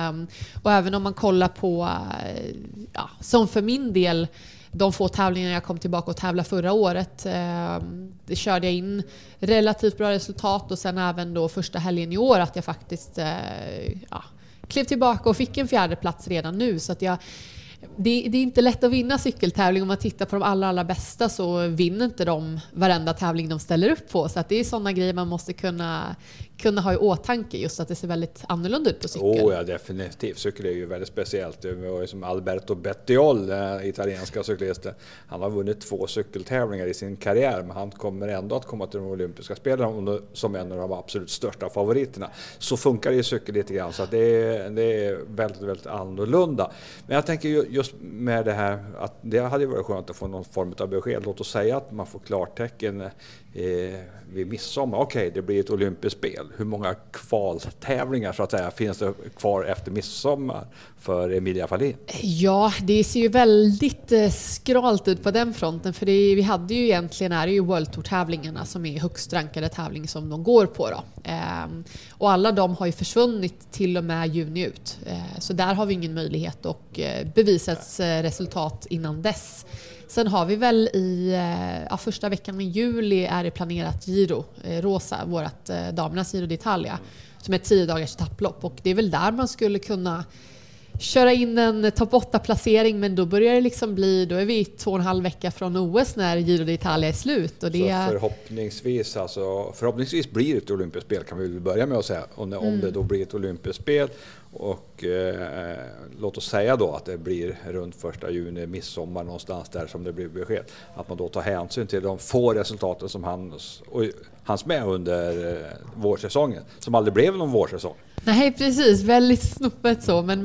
Och även om man kollar på, som för min del, de få tävlingar jag kom tillbaka och tävla förra året, det körde jag in relativt bra resultat, och sen även då första helgen i år att jag faktiskt klev tillbaka och fick en 4:e plats redan nu, så att det är inte lätt att vinna cykeltävling. Om man tittar på de allra bästa så vinner inte de varenda tävling de ställer upp på, så att det är sådana grejer man måste kunna ha i åtanke, just att det ser väldigt annorlunda ut på cykel. Ja, definitivt. Cykel är ju väldigt speciellt. Det var ju som Alberto Bettiol, italienska cyklisten. Han har vunnit 2 cykeltävlingar i sin karriär, men han kommer ändå att komma till de olympiska spelen som en av de absolut största favoriterna. Så funkar det i cykel lite grann, så att det är väldigt, väldigt annorlunda. Men jag tänker just med det här att det hade varit skönt att få någon form av besked. Låt oss säga att man får klartecken vid midsommar. Okej, det blir ett olympiskt spel. Hur många kvaltävlingar så att säga finns det kvar efter midsommar för Emilia Fahlin? Ja, det ser ju väldigt skralt ut på den fronten, för vi hade ju egentligen är det ju World Tour-tävlingarna som är högst rankade tävling som de går på då. Och alla de har ju försvunnit till och med juni ut. Så där har vi ingen möjlighet att bevisa ett resultat innan dess. Sen har vi väl i första veckan i juli är det planerat Giro Rosa, vårt damernas Giro d'Italia, som är 10 dagars etapplopp, och det är väl där man skulle kunna köra in en topp 8-placering, men då börjar det liksom bli, då är vi 2,5 vecka från OS när Giro d'Italia är slut. Och det så förhoppningsvis blir det ett olympiskt spel, kan vi börja med att säga, om det då blir ett olympiskt spel. Och låt oss säga då att det blir runt 1 juni, midsommar någonstans där som det blir besked. Att man då tar hänsyn till de få resultaten som hans med under vårsäsongen, som aldrig blev någon vårsäsong. Nej, precis. Väldigt snoppet så. Men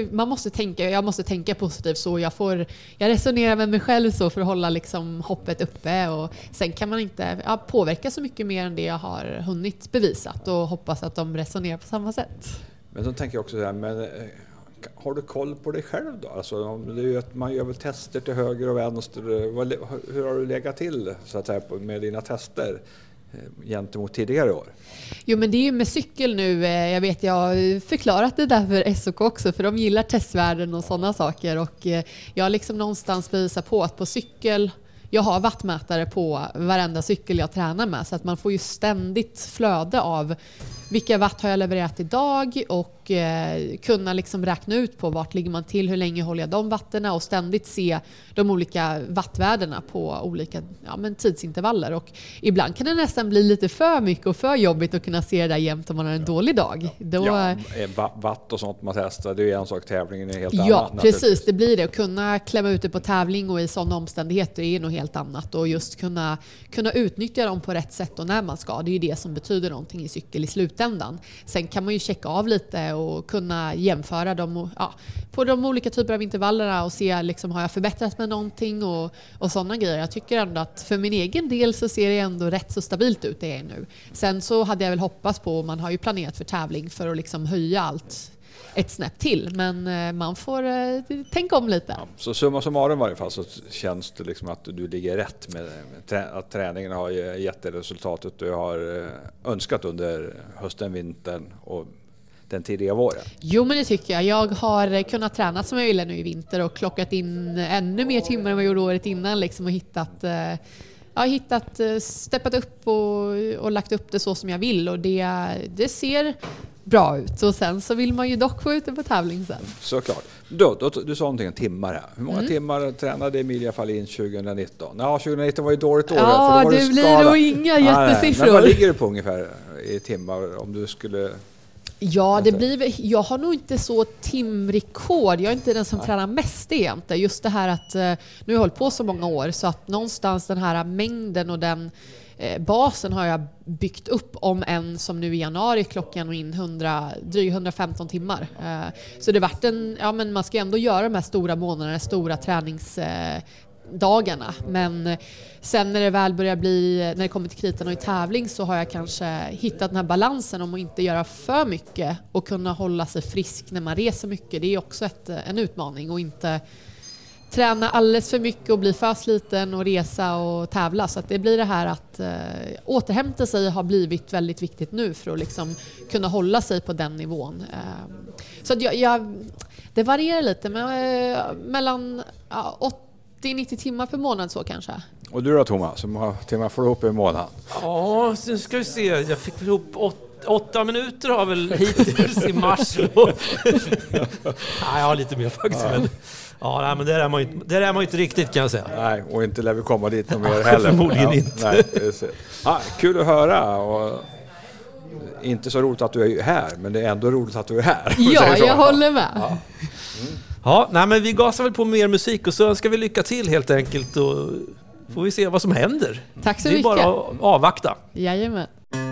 jag måste tänka positivt så. Jag resonerar med mig själv så för att hålla liksom hoppet uppe. Och sen kan man inte påverka så mycket mer än det jag har hunnit bevisat, och hoppas att de resonerar på samma sätt. Men då tänker jag också så här, men har du koll på dig själv då? Alltså, det är ju att man gör väl tester till höger och vänster. Hur har du legat till så att säga, med dina tester gentemot tidigare år? Jo, men det är ju med cykel nu. Jag har förklarat det där för SOK också, för de gillar testvärden och sådana saker. Och jag har liksom någonstans bevisat på att på cykel, jag har wattmätare på varenda cykel jag tränar med, så att man får ju ständigt flöde av vilka watt har jag levererat idag och kunna liksom räkna ut på vart ligger man till, hur länge håller jag de watterna och ständigt se de olika wattvärdena på olika tidsintervaller. Och ibland kan det nästan bli lite för mycket och för jobbigt att kunna se det där jämt om man har en dålig dag. Watt och sånt man testar, det är en sak, tävlingen är helt annat. Ja, precis, det blir det. Att kunna klämma ut det på tävling och i sådana omständigheter är nog helt annat. Och just kunna utnyttja dem på rätt sätt och när man ska. Det är ju det som betyder någonting i cykel i slutändan. Sen kan man ju checka av lite och kunna jämföra dem på de olika typer av intervallerna och se liksom, har jag förbättrat med någonting och sådana grejer. Jag tycker ändå att för min egen del så ser det ändå rätt så stabilt ut det är nu. Sen så hade jag väl hoppats på, man har ju planerat för tävling för att liksom höja allt ett snäpp till, men man får tänka om lite. Ja, så summa summarum i varje fall så känns det liksom att du ligger rätt med att träningen har gett det resultatet du har önskat under hösten, vintern och den tidiga våren. Jo, men det tycker jag. Jag har kunnat träna som jag ville nu i vinter och klockat in ännu mer timmar än vad jag gjorde året innan liksom, och steppat upp och lagt upp det så som jag vill, och det ser bra ut. Och sen så vill man ju dock få ut det på tävling sen. Såklart. Du sa någonting om timmar här. Hur många timmar tränade Emilia Fahlin 2019? Ja, 2019 var ju dåligt år. Ja, för det blir nog inga jättesiffror. Men vad ligger det på ungefär i timmar om du skulle... Ja, jag har nog inte så timrekord. Jag är inte den som tränar mest egentligen. Just det här att nu har jag hållit på så många år så att någonstans den här mängden och den basen har jag byggt upp om en som nu i januari klockan in drygt 115 timmar. Så det vart men man ska ändå göra de här stora månaderna, stora träningsdagarna. Men sen när det väl börjar bli, när det kommer till kritan och i tävling, så har jag kanske hittat den här balansen om att inte göra för mycket och kunna hålla sig frisk när man reser mycket. Det är också en utmaning, och inte träna alldeles för mycket och bli för sliten och resa och tävla. Så att det blir det här att återhämta sig har blivit väldigt viktigt nu för att liksom kunna hålla sig på den nivån. Så att det varierar lite, men mellan 80-90 timmar per månad så kanske. Och du då, Thomas, hur många timmar får du ihop i månaden? Ja, nu ska vi se. Jag fick ihop 8 minuter har väl hittills i mars. Nej, jag har lite mer faktiskt. Men, men det är man ju inte riktigt, kan jag säga. Nej, och inte lär vi komma dit någon mer heller. Förmodligen inte. Nej, kul att höra. Och inte så roligt att du är här, men det är ändå roligt att du är här. Ja, jag håller med. Ja. Men vi gasar väl på mer musik och så ska vi lycka till helt enkelt, och får vi se vad som händer. Tack så mycket. Det är bara att avvakta. Jajamän.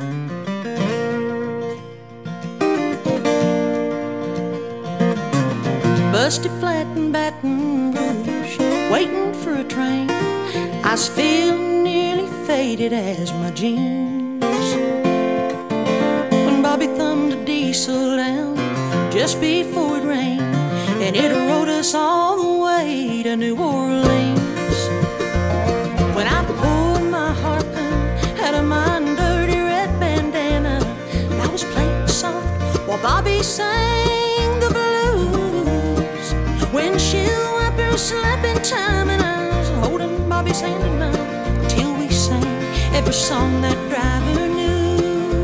Busted flat in Baton Rouge, waiting for a train. I was feeling nearly faded as my jeans when Bobby thumbed a diesel down just before it rained, and it rode us all the way to New Orleans. When I pulled my harpoon out of my dirty red bandana, and I was playing soft while Bobby sang the blues. Windshield wiper slapping time, and I was holding Bobby's hand in mine till we sang every song that driver knew.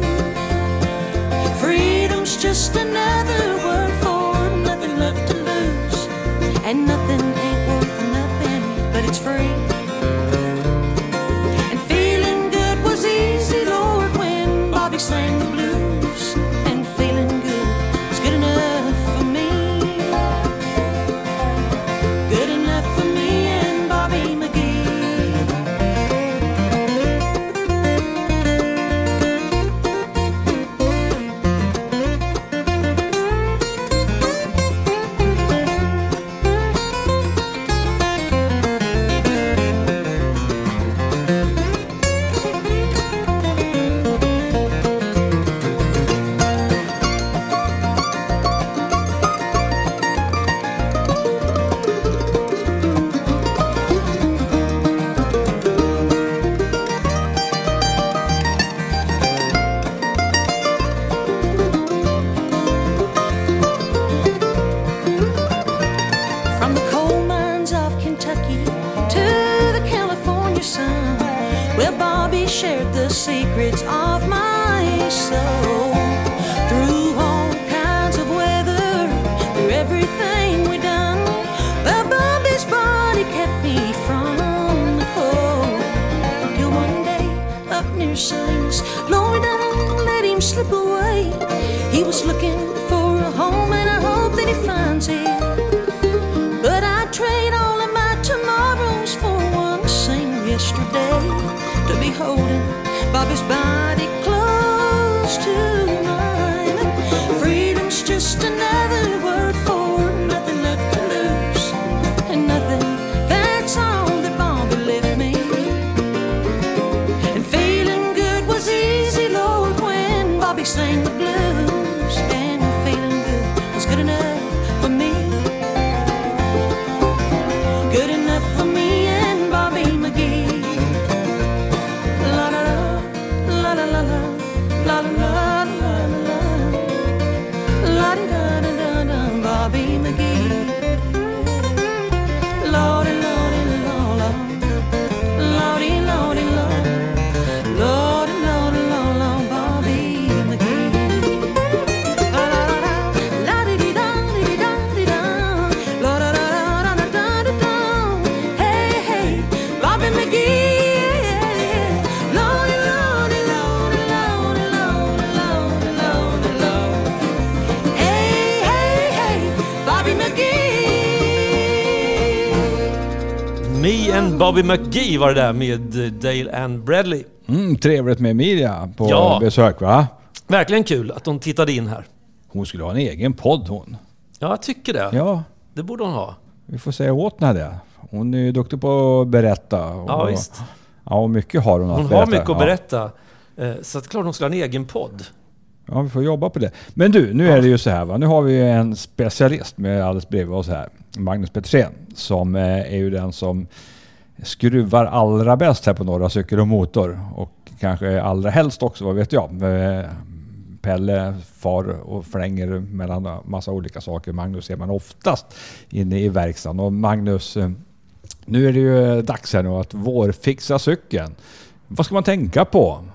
Freedom's just another word for nothing left to lose, and nothing ain't worth nothing, but it's free. And feeling good was easy, Lord, when Bobby sang the blues, and feeling good was good enough for me. Good enough for me and Bobby McGee. From the coal mines of Kentucky to the California sun, where Bobby shared the secrets of my soul. yesterday to be holding Bobby's body close to mine. Freedom's just another word for nothing left to lose, and nothing, that's all that Bobby left me. And feeling good was easy, Lord, when Bobby sang the blues, and feeling good was good enough for me. Good enough for me and Bobby McGee. La la la la la la la la la la la da da da da Bobby McGee. Lordy lordy lola, lordy lordy lola, lordy lordy lola Bobby McGee. La la la la di di da di da di da, la da da da da da da. Hey hey Bobby McGee. Lordy lordy lordy lordy lordy lordy lordy lordy. Hey hey hey Bobby McGee. Me and Bobby McGee var det där med Dale Ann Bradley. Trevligt med Emilia på Ja. besök, va? Verkligen kul att hon tittade in här. Hon skulle ha en egen podd, hon. Ja, jag tycker det. Ja, Det borde hon ha. vi får säga åt henne det. Hon är ju duktig på att berätta. Ja, visst. Ja, och mycket har hon att Hon berätta. har mycket att Ja. berätta. Så att klart hon skulle ha en egen podd. Ja, vi får jobba på det. Men du, nu är det ju så här, va? Nu har vi ju en specialist med alldeles bredvid oss här. Magnus Petersen, som är ju den som skruvar allra bäst här på Norra Cykel och Motor. Och kanske allra helst också, vad vet jag. Pelle far och flänger mellan massa olika saker. Magnus ser man oftast inne i verkstaden. Och Magnus, nu är det ju dags här nu att vårfixa cykeln. Vad ska man tänka på?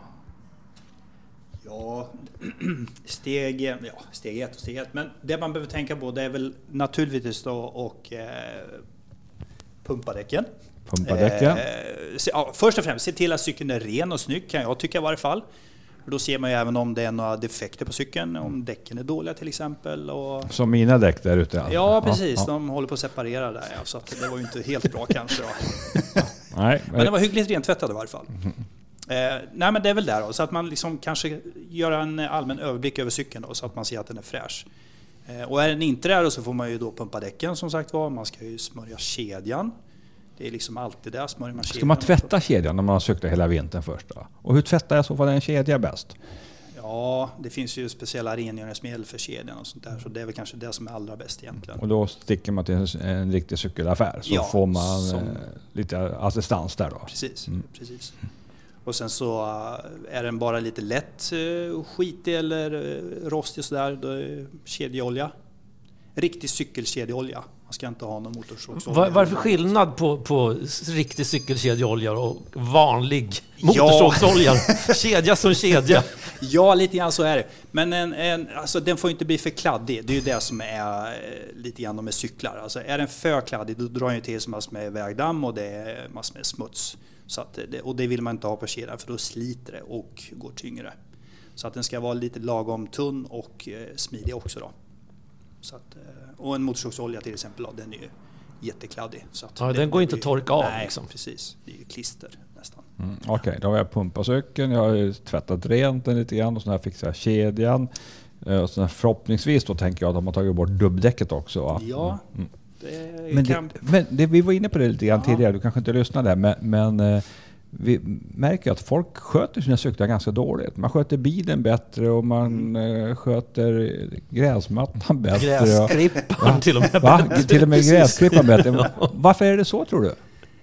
Ja, steg 1 och steg 1. Men det man behöver tänka på, det är väl naturligtvis då och pumpa däcken. Pumpa däcken. Först och främst, se till att cykeln är ren och snygg, kan jag tycka i varje fall. För då ser man ju även om det är några defekter på cykeln, om däcken är dåliga till exempel. Och Som mina däck där ute. Alltså. ja, precis. Ja. De håller på att separera där. Ja, så att det var ju inte helt bra kanske då. Nej, Men det var hyggligt rentvättad i varje fall. Nej, men det är väl där då, så att man liksom kanske gör en allmän överblick över cykeln då, så att man ser att den är fräsch. Och är den inte där så får man ju då pumpa däcken som sagt var. Man ska ju smörja kedjan. Det är liksom alltid där, smörjer man kedjan. Ska man tvätta kedjan när man har cyklat hela vintern först då? Och hur tvättar jag så fall en kedja bäst? Ja, det finns ju speciella rengöringsmedel för kedjan och sånt där, så det är väl kanske det som är allra bäst egentligen. Och då sticker man till en riktig cykelaffär så Ja, får man lite assistans där då. Precis, precis. Och sen så är den bara lite lätt skitig eller rostig sådär, då är kedjeolja. Riktig cykelkedjeolja. Man ska inte ha någon motorsågsolja. Varför skillnad på riktig cykelkedjeolja och vanlig motorsågsolja? Kedja som kedja. Ja, lite grann så är det. Men alltså, den får inte bli för kladdig. Det är ju det som är lite grann med cyklar. Alltså, är den för kladdig, då drar den till sig massor med vägdamm och det är massor med smuts. Så att, och det vill man inte ha på kedjan, för då sliter det och går tyngre. Så att den ska vara lite lagom tunn och smidig också då. Så att, och en motorsågsolja till exempel, den är ju jättekladdig. Så att Ja, den går inte att torka av. Nej, liksom. precis. Det är ju klister nästan. Okej, då har jag pumpat cykeln, jag har tvättat rent den lite grann och så här fixar kedjan. Och så förhoppningsvis då tänker jag att de har tagit bort dubbdäcket också. Va? Ja, Men vi var inne på det lite grann tidigare, du kanske inte lyssnade, men vi märker att folk sköter sina cyklar ganska dåligt. Man sköter bilen bättre och man sköter gräsmattan bättre. Gräsklippan till och med bättre. Till och med gräsklippan bättre. Varför är det så, tror du?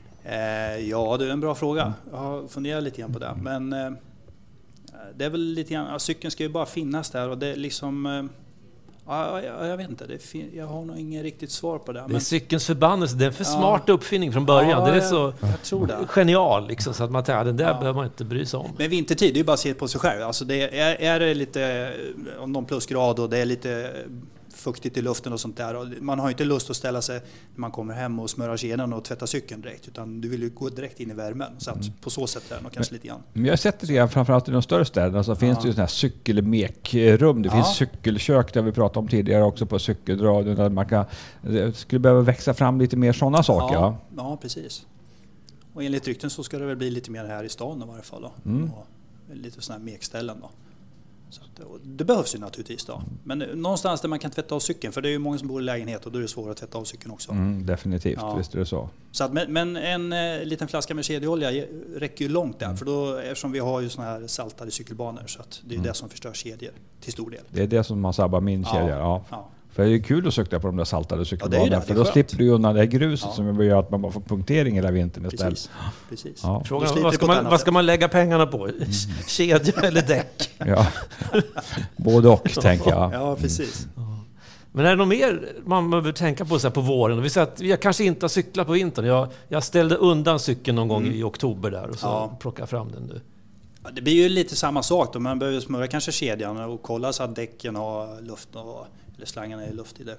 Ja, det är en bra fråga. Jag har funderat lite grann på det. Men det är väl lite grann, cykeln ska ju bara finnas där och det är liksom... jag vet inte, jag har nog ingen riktigt svar på det. Det är cykelns förbannelse, det är en för smart uppfinning från början. Ja, det är så jag tror det. Genial liksom, så att man tänker, den där behöver man inte bry sig om. Men vintertid, det är ju bara att se på sig själv. Alltså det är det lite, om någon plusgrad och det är lite fuktigt i luften och sånt där. Och man har ju inte lust att ställa sig när man kommer hem och smöra kedjan och tvätta cykeln direkt, utan du vill ju gå direkt in i värmen. Så att på så sätt är det nog kanske lite grann. Men jag har sett det igen, framförallt i de större städerna så finns det ju sådana här cykelmekrum. Det finns cykelkök där vi pratade om tidigare också på cykelradion. Där man kan, det skulle behöva växa fram lite mer sådana saker. Ja, precis. Och enligt rykten så ska det väl bli lite mer här i stan i varje fall då. Och lite sådana här mekställen då. Så att, det behövs ju naturligtvis då. Men någonstans där man kan tvätta av cykeln, för det är ju många som bor i lägenhet och då är det svårare att tvätta av cykeln också. Definitivt, visst är det så. Så att, men en liten flaska med kedjeolja räcker ju långt där, för då, eftersom vi har ju såna här saltade cykelbanor, så att det är det som förstör kedjor till stor del. Det är det som har sabbat min kedja, ja. För det är ju kul att cykla på de där saltade cykelbanorna, för då slipper du undan det här gruset som gör att man bara får punktering hela vintern istället. Precis. Ja. Frågan, vad ska man lägga pengarna på? Kedja eller däck? Ja, både och tänker jag. Ja, precis. Men är det något mer man behöver tänka på så här på våren? Vi säger att jag kanske inte har cyklat på vintern. Jag ställde undan cykeln någon gång i oktober där och så plockade fram den nu. Ja, det blir ju lite samma sak då. Man behöver smörja kanske kedjan och kolla så att däcken har luft eller slangarna är luft i det.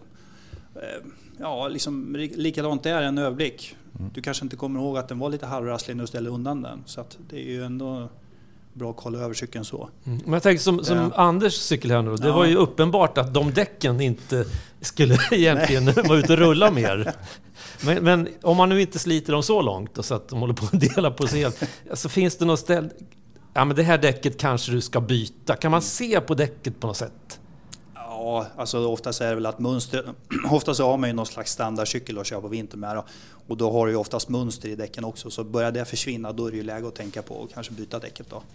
Ja, liksom likadant där en överblick. Du kanske inte kommer ihåg att den var lite halvrasslig när du ställer undan den. Så att det är ju ändå bra att kolla över cykeln så. Men jag tänker som Anders cykel här nu. Det var ju uppenbart att de däcken inte skulle egentligen vara ute och rulla mer. Men om man nu inte sliter dem så långt och så att de håller på att dela på sig helt, så finns det något ställe. Ja, men det här däcket kanske du ska byta. Kan man se på däcket på något sätt? Ja, alltså oftast är det väl att oftast har man ju någon slags standardcykel att köra på vintern med. Och då har du ju oftast mönster i däcken också. Så börjar det försvinna, då är det ju läge att tänka på och kanske byta däcket då.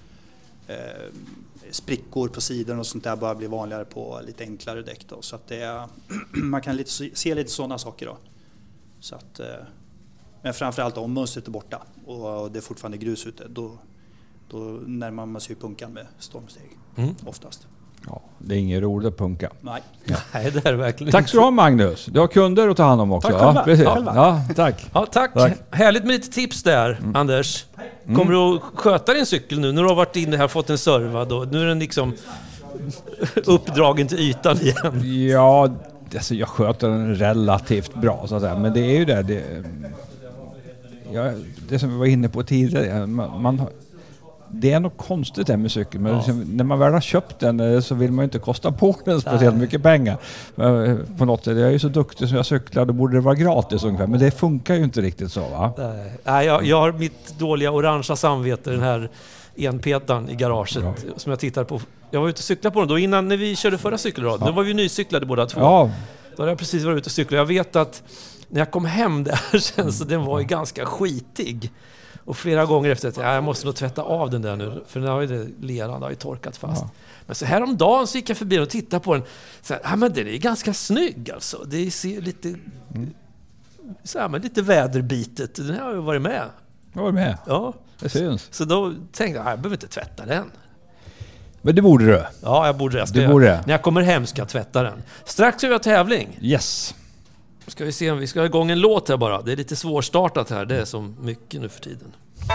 Sprickor på sidan och sånt där börjar bli vanligare på lite enklare däck då. Så att det är, man kan se lite sådana saker då. Så att, men framförallt om mönstret är borta och det är fortfarande grus ute, då närmar man sig punkan med stormsteg oftast. Ja, det är ingen roligt att punka. Nej, det är verkligen. Tack så du ha, Magnus. Du har kunder att ta hand om också. Tack själva. Precis. Ja, tack. Ja, tack. Härligt med lite tips där, Anders. Kommer du att sköta din cykel nu när du har varit inne här och fått en servad och nu är den liksom uppdragen till ytan igen? Ja, alltså jag sköter den relativt bra så att säga. Men det är ju det som vi var inne på tidigare. Det är något konstigt där med cykeln, men liksom, när man väl har köpt den så vill man ju inte kosta på den speciellt mycket pengar. På något sätt, jag är ju så duktig som jag cyklar, då borde det vara gratis ungefär, men det funkar ju inte riktigt så, va? Nej, jag har mitt dåliga orangea samvete, den här enpetan i garaget som jag tittar på. Jag var ute och cyklade på den då innan, när vi körde förra cykelraden. Då var vi nycyklade båda två. Ja. Då hade jag precis varit ute och cyklat. Jag vet att när jag kom hem där sen så den var ju ganska skitig. Och flera gånger efter att jag måste nog tvätta av den där nu, för den har ju leran har ju torkat fast. Men så här om dagen så gick jag förbi och tittade på den. Så här, men den är ganska snygg alltså. Det ser lite så här, men lite väderbitet. Den har ju varit med. Jag var med. Ja, det syns. Så då tänkte jag behöver inte tvätta den. Men det borde du. Ja, jag borde det. När jag kommer hem ska jag tvätta den. Strax har vi tävling. Yes. Ska vi se om vi ska ha igång en låt här bara. Det är lite svårstartat här. Det är så mycket nu för tiden.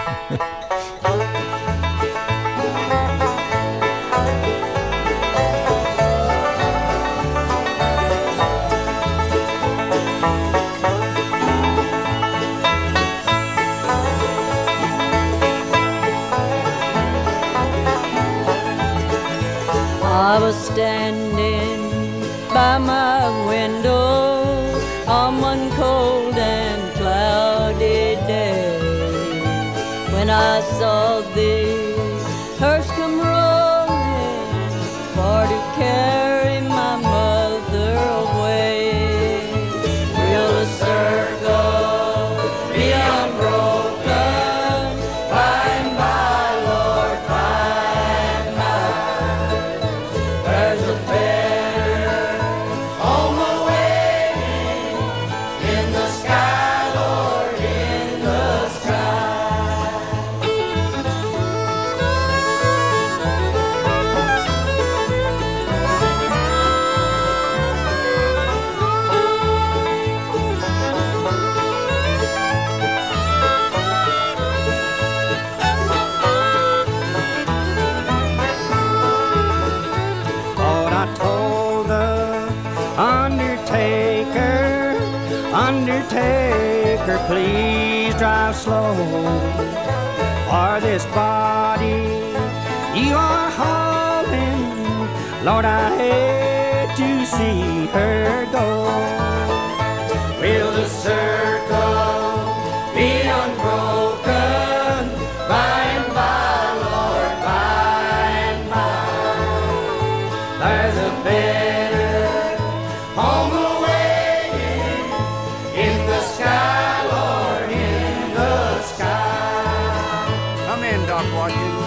I was standing by my window on one cold and cloudy day when I saw the hearse come rolling for to carry my mother away. Will the circle be unbroken? By and by, Lord, by and by, there's a better home awaiting in the sky, Lord, in the sky. But I told the Undertaker, please drive slow, for this body you are hauling, Lord, I hate to see her go. Will the circle be unbroken? Doc Watkins.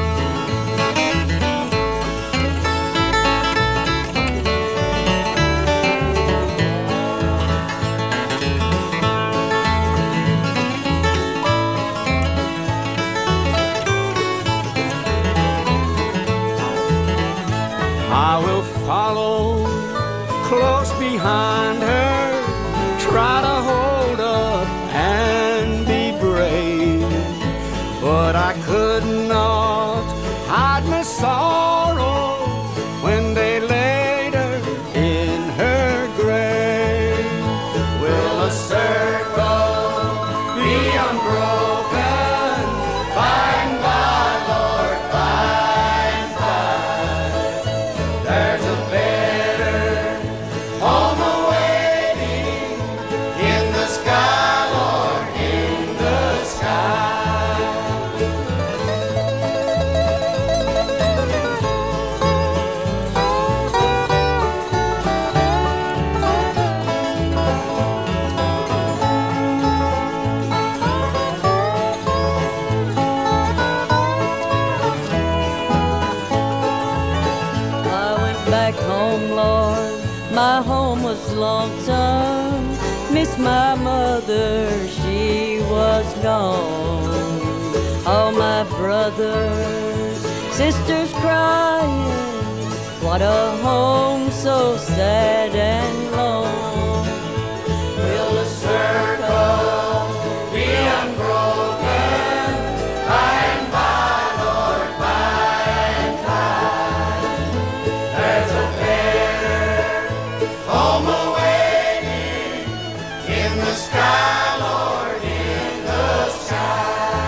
I will follow close behind her, try to hold up and be brave, but I could not hide my sorrow when they laid her in her grave. Will a circle be unbroken by and by, Lord, by and by? There's a better home awaiting in the sky, Lord, in the sky. I went back home, Lord, my home was lonesome. Miss my mother, she was gone. All my brothers, sisters crying, what a home so sad and lone. Will the circle be unbroken by and by, Lord, by and by? There's a better home awaiting in the sky, Lord, in the sky.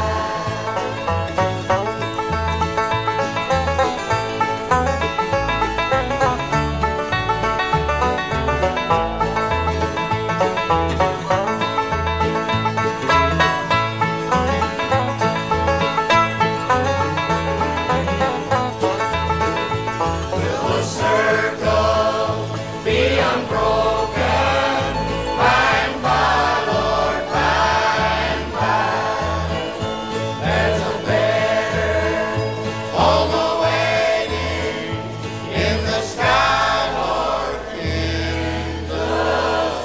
Will the circle be unbroken by and by, Lord, by and by? There's a better home awaiting in the sky, Lord, in the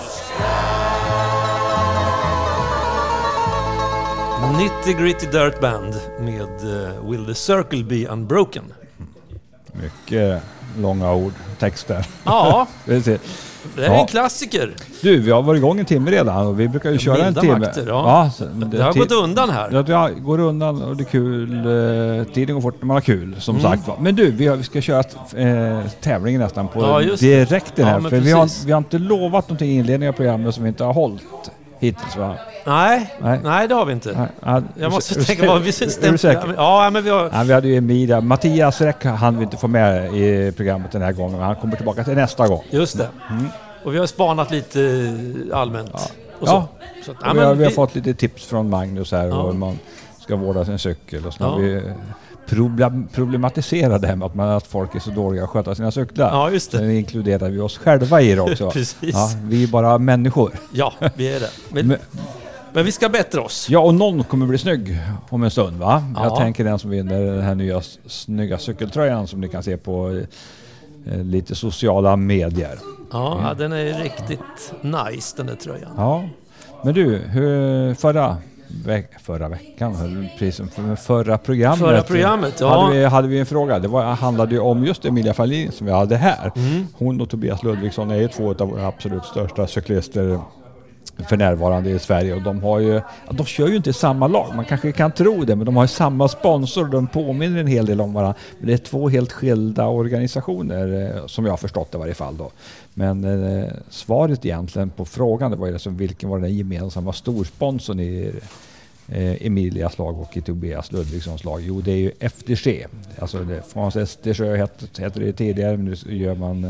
Nitty Gritty Dirt Band med Will the Circle Be Unbroken. Mycket långa ord, texter. Ja, Vi ser. det är en klassiker. Du, vi har varit igång en timme redan och vi brukar ju köra Milda en timme. makter, ja. så Det har gått undan här. Det går undan och det är kul. Tiden går fort när man har kul, som sagt va. Men du, vi ska köra tävlingen nästan på Ja, just det. direkten här. Ja, men för precis. vi har inte lovat någonting i inledningen av programmet som vi inte har hållit hittills va? Nej, det har vi inte. Nej. Jag måste tänka vad vi Är du säker? Ja, men vi har... Ja, vi hade ju Emilia. Mattias Räck hann vi inte få med i programmet den här gången. Han kommer tillbaka till nästa gång. Just det. Och vi har spanat lite allmänt. Ja. Och så. Ja. Så att, Och vi har fått lite tips från Magnus här Ja. och hur man ska vårda sin cykel. Och så har Ja. vi problematisera det här med att folk är så dåliga att sköta sina cyklar. Ja, just det. Sen inkluderar vi oss själva i det också. Precis. Ja, vi är bara människor. Ja, vi är det. Men vi ska bättra oss. Ja, och någon kommer bli snygg om en stund va? Ja. Jag tänker den som vinner den här nya snygga cykeltröjan som ni kan se på lite sociala medier. Ja, den är riktigt nice den där tröjan. Ja, men du, förra veckan, precis som förra programmet, ja. hade vi en fråga. Det handlade ju om just Emilia Fahlin som vi hade här. Hon och Tobias Ludvigsson är ju två av våra absolut största cyklister för närvarande i Sverige, och de kör ju inte i samma lag. Man kanske kan tro det, men de har ju samma sponsor och de påminner en hel del om varandra. Men det är två helt skilda organisationer som jag har förstått det i varje fall då. Men svaret egentligen på frågan, det var ju liksom, vilken var den gemensamma storsponsorn i Emilias lag och i Tobias Ludvigssons lag? Jo, det är ju FDC. Alltså France SDC heter det tidigare, men nu gör man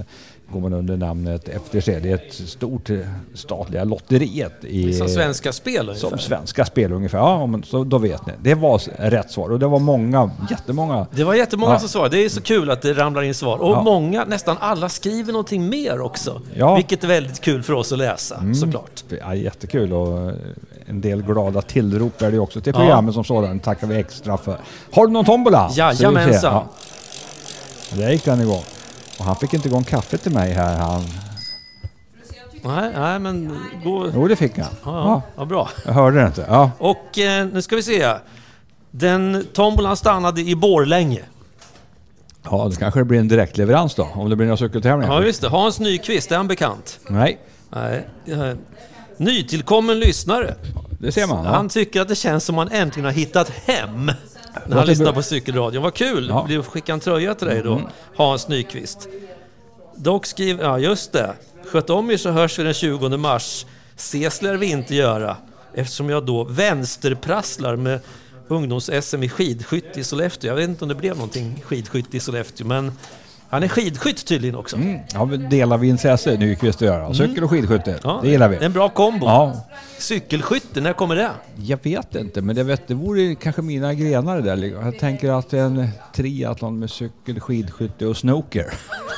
går man under namnet FTC. Det är ett stort statliga lotteriet i som Svenska Spel ungefär. Som Svenska Spel ungefär. Ja, men så då vet ni. Det var rätt svar och det var jättemånga. Det var jättemånga som svarade. Det är så kul att det ramlar in svar. Och Ja. många, nästan alla skriver någonting mer också. Ja. Vilket är väldigt kul för oss att läsa, såklart. Ja, jättekul och en del glada tillrop är det också till programmet som sådan. Tackar vi extra för. Har du någon tombola? Jajamensan. Ja. Där gick han igång. Och han fick inte igång kaffe till mig här. Nej, men gå... Jo, det fick han. Ja, bra. Jag hörde det inte. Ja. Och nu ska vi se. Den tombolan stannade i Borlänge. Ja, det kanske blir en direktleverans då. Om det blir några cykeltävlingar. Ja, just det. Hans Nyqvist, är han bekant? Nej. Nytillkommen lyssnare. Det ser man. Ja. Han tycker att det känns som man äntligen har hittat hem när han lyssnar på cykelradion. Vad kul. Ja. Blir skicka en tröja till dig då, Hans Nyqvist. Dock skriver, ja just det. Sköt om er så hörs vi den 20 mars. Ses lär vi inte göra. Eftersom jag då vänsterprasslar med ungdoms-SM i skidskytte i Sollefteå. Jag vet inte om det blev någonting skidskytte i Sollefteå, men han är skidskytt tydligen också. Ja, delar vi intresse Nyqvist att göra. Cykel och skidskytte, det gillar vi. En bra kombo. Ja. Cykelskytte, när kommer det? Jag vet inte, men det vore kanske mina grenar där. Jag tänker att en triathlon med cykel, skidskytte och snooker.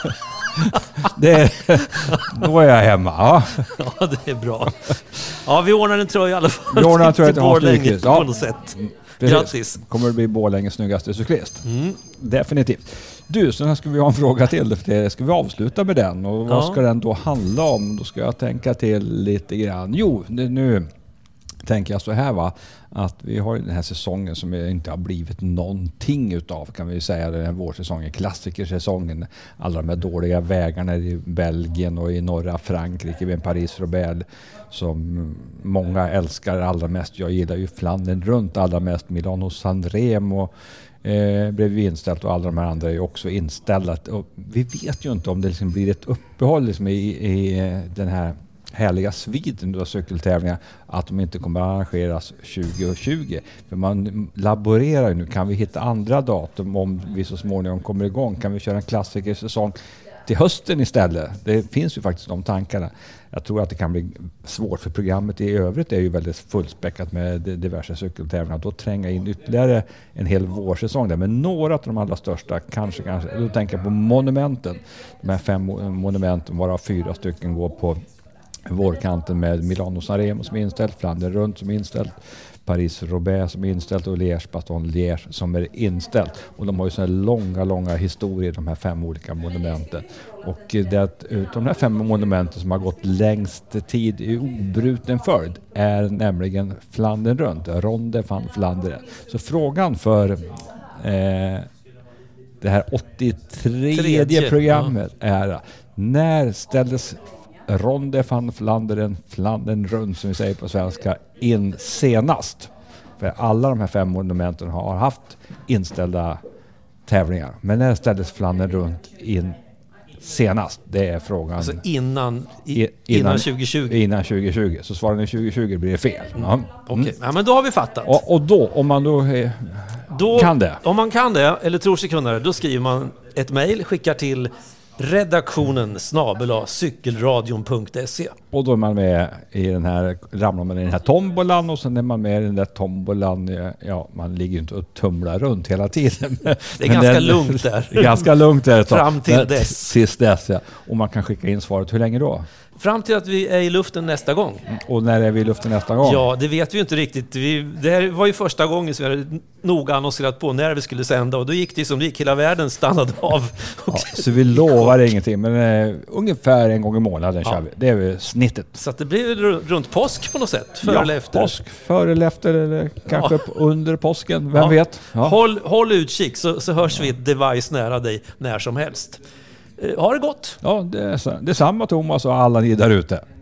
Då är jag hemma. Ja. Ja, det är bra. Ja, vi ordnar en tröja i alla fall. Vi ordnar en tröja till Hans Borlänge Nyqvist. på något sätt. Grattis. Kommer det bli Borlänges snyggaste cyklist. Definitivt. Du, så här ska vi ha en fråga till. För ska vi avsluta med den? Och vad ska den då handla om? Då ska jag tänka till lite grann. Jo, nu tänker jag så här va. Att vi har den här säsongen som inte har blivit någonting utav, kan vi ju säga, den här vårsäsongen, klassikersäsongen, alla de här dåliga vägarna i Belgien och i norra Frankrike vid Paris-Roubaix som många älskar allra mest. Jag gillar ju Flandern runt allra mest, Milano-San Remo blev inställt och alla de här andra är ju också inställda. Och vi vet ju inte om det liksom blir ett uppehåll liksom i den här härliga sviden av cykeltävlingar, att de inte kommer att arrangeras 2020. För man laborerar ju nu. Kan vi hitta andra datum om vi så småningom kommer igång? Kan vi köra en klassikersäsong till hösten istället? Det finns ju faktiskt de tankarna. Jag tror att det kan bli svårt för programmet i övrigt är ju väldigt fullspäckat med diverse cykeltävlingar. Då tränga in ytterligare en hel vårsäsong där. Men några av de allra största kanske, då tänker jag på monumenten. De här 5 monumenten, varav 4 stycken går på vårkanten med Milano-San Remo som är inställt, Flandern runt som är inställt, Paris-Roubaix som är inställt och Liège-Bastogne-Liège som är inställt. Och de har ju sådana långa historier, de här 5 olika monumenten. Och det utav de här 5 monumenten som har gått längst tid i obruten följd är nämligen Flandern runt, Ronde van Vlaanderen. Så frågan för det här 83:e programmet är: när ställdes Ronde van Vlaanderen, Flandern runt som vi säger på svenska, in senast? För alla de här 5 monumenten har haft inställda tävlingar. Men när ställdes Flandern runt in senast? Det är frågan. Alltså innan 2020? Innan 2020. Så svarar ni 2020 blir det fel. Ja. Okej, ja, men då har vi fattat. Och då, om man då kan det. Om man kan det, eller tror sig kunna det, då skriver man ett mejl, skickar till redaktionen @cykelradion.se. Och då är man med i den här, ramlar man i den här tombolan och sen är man med i den där tombolan. Ja, man ligger ju inte och tumlar runt hela tiden. Det är ganska lugnt där. Ganska lugnt där. Fram till dess. Tills dess, ja. Och man kan skicka in svaret. Hur länge då? Fram till att vi är i luften nästa gång. Och när är vi i luften nästa gång? Ja, det vet vi inte riktigt. Det här var ju första gången som vi hade noga annonserat på när vi skulle sända. Och då gick det som det gick. Hela världen stannade av. Ja, så vi lovar ingenting. Men ungefär en gång i månaden kör vi. Det är väl snittet. Så att det blir runt påsk på något sätt. Före eller efter. Påsk. Före eller efter. Eller kanske under påsken. Vem vet? Ja. Håll utkik så hörs vi ett device nära dig när som helst. Ha det gott! Ja, det är samma Thomas och alla ni där ute.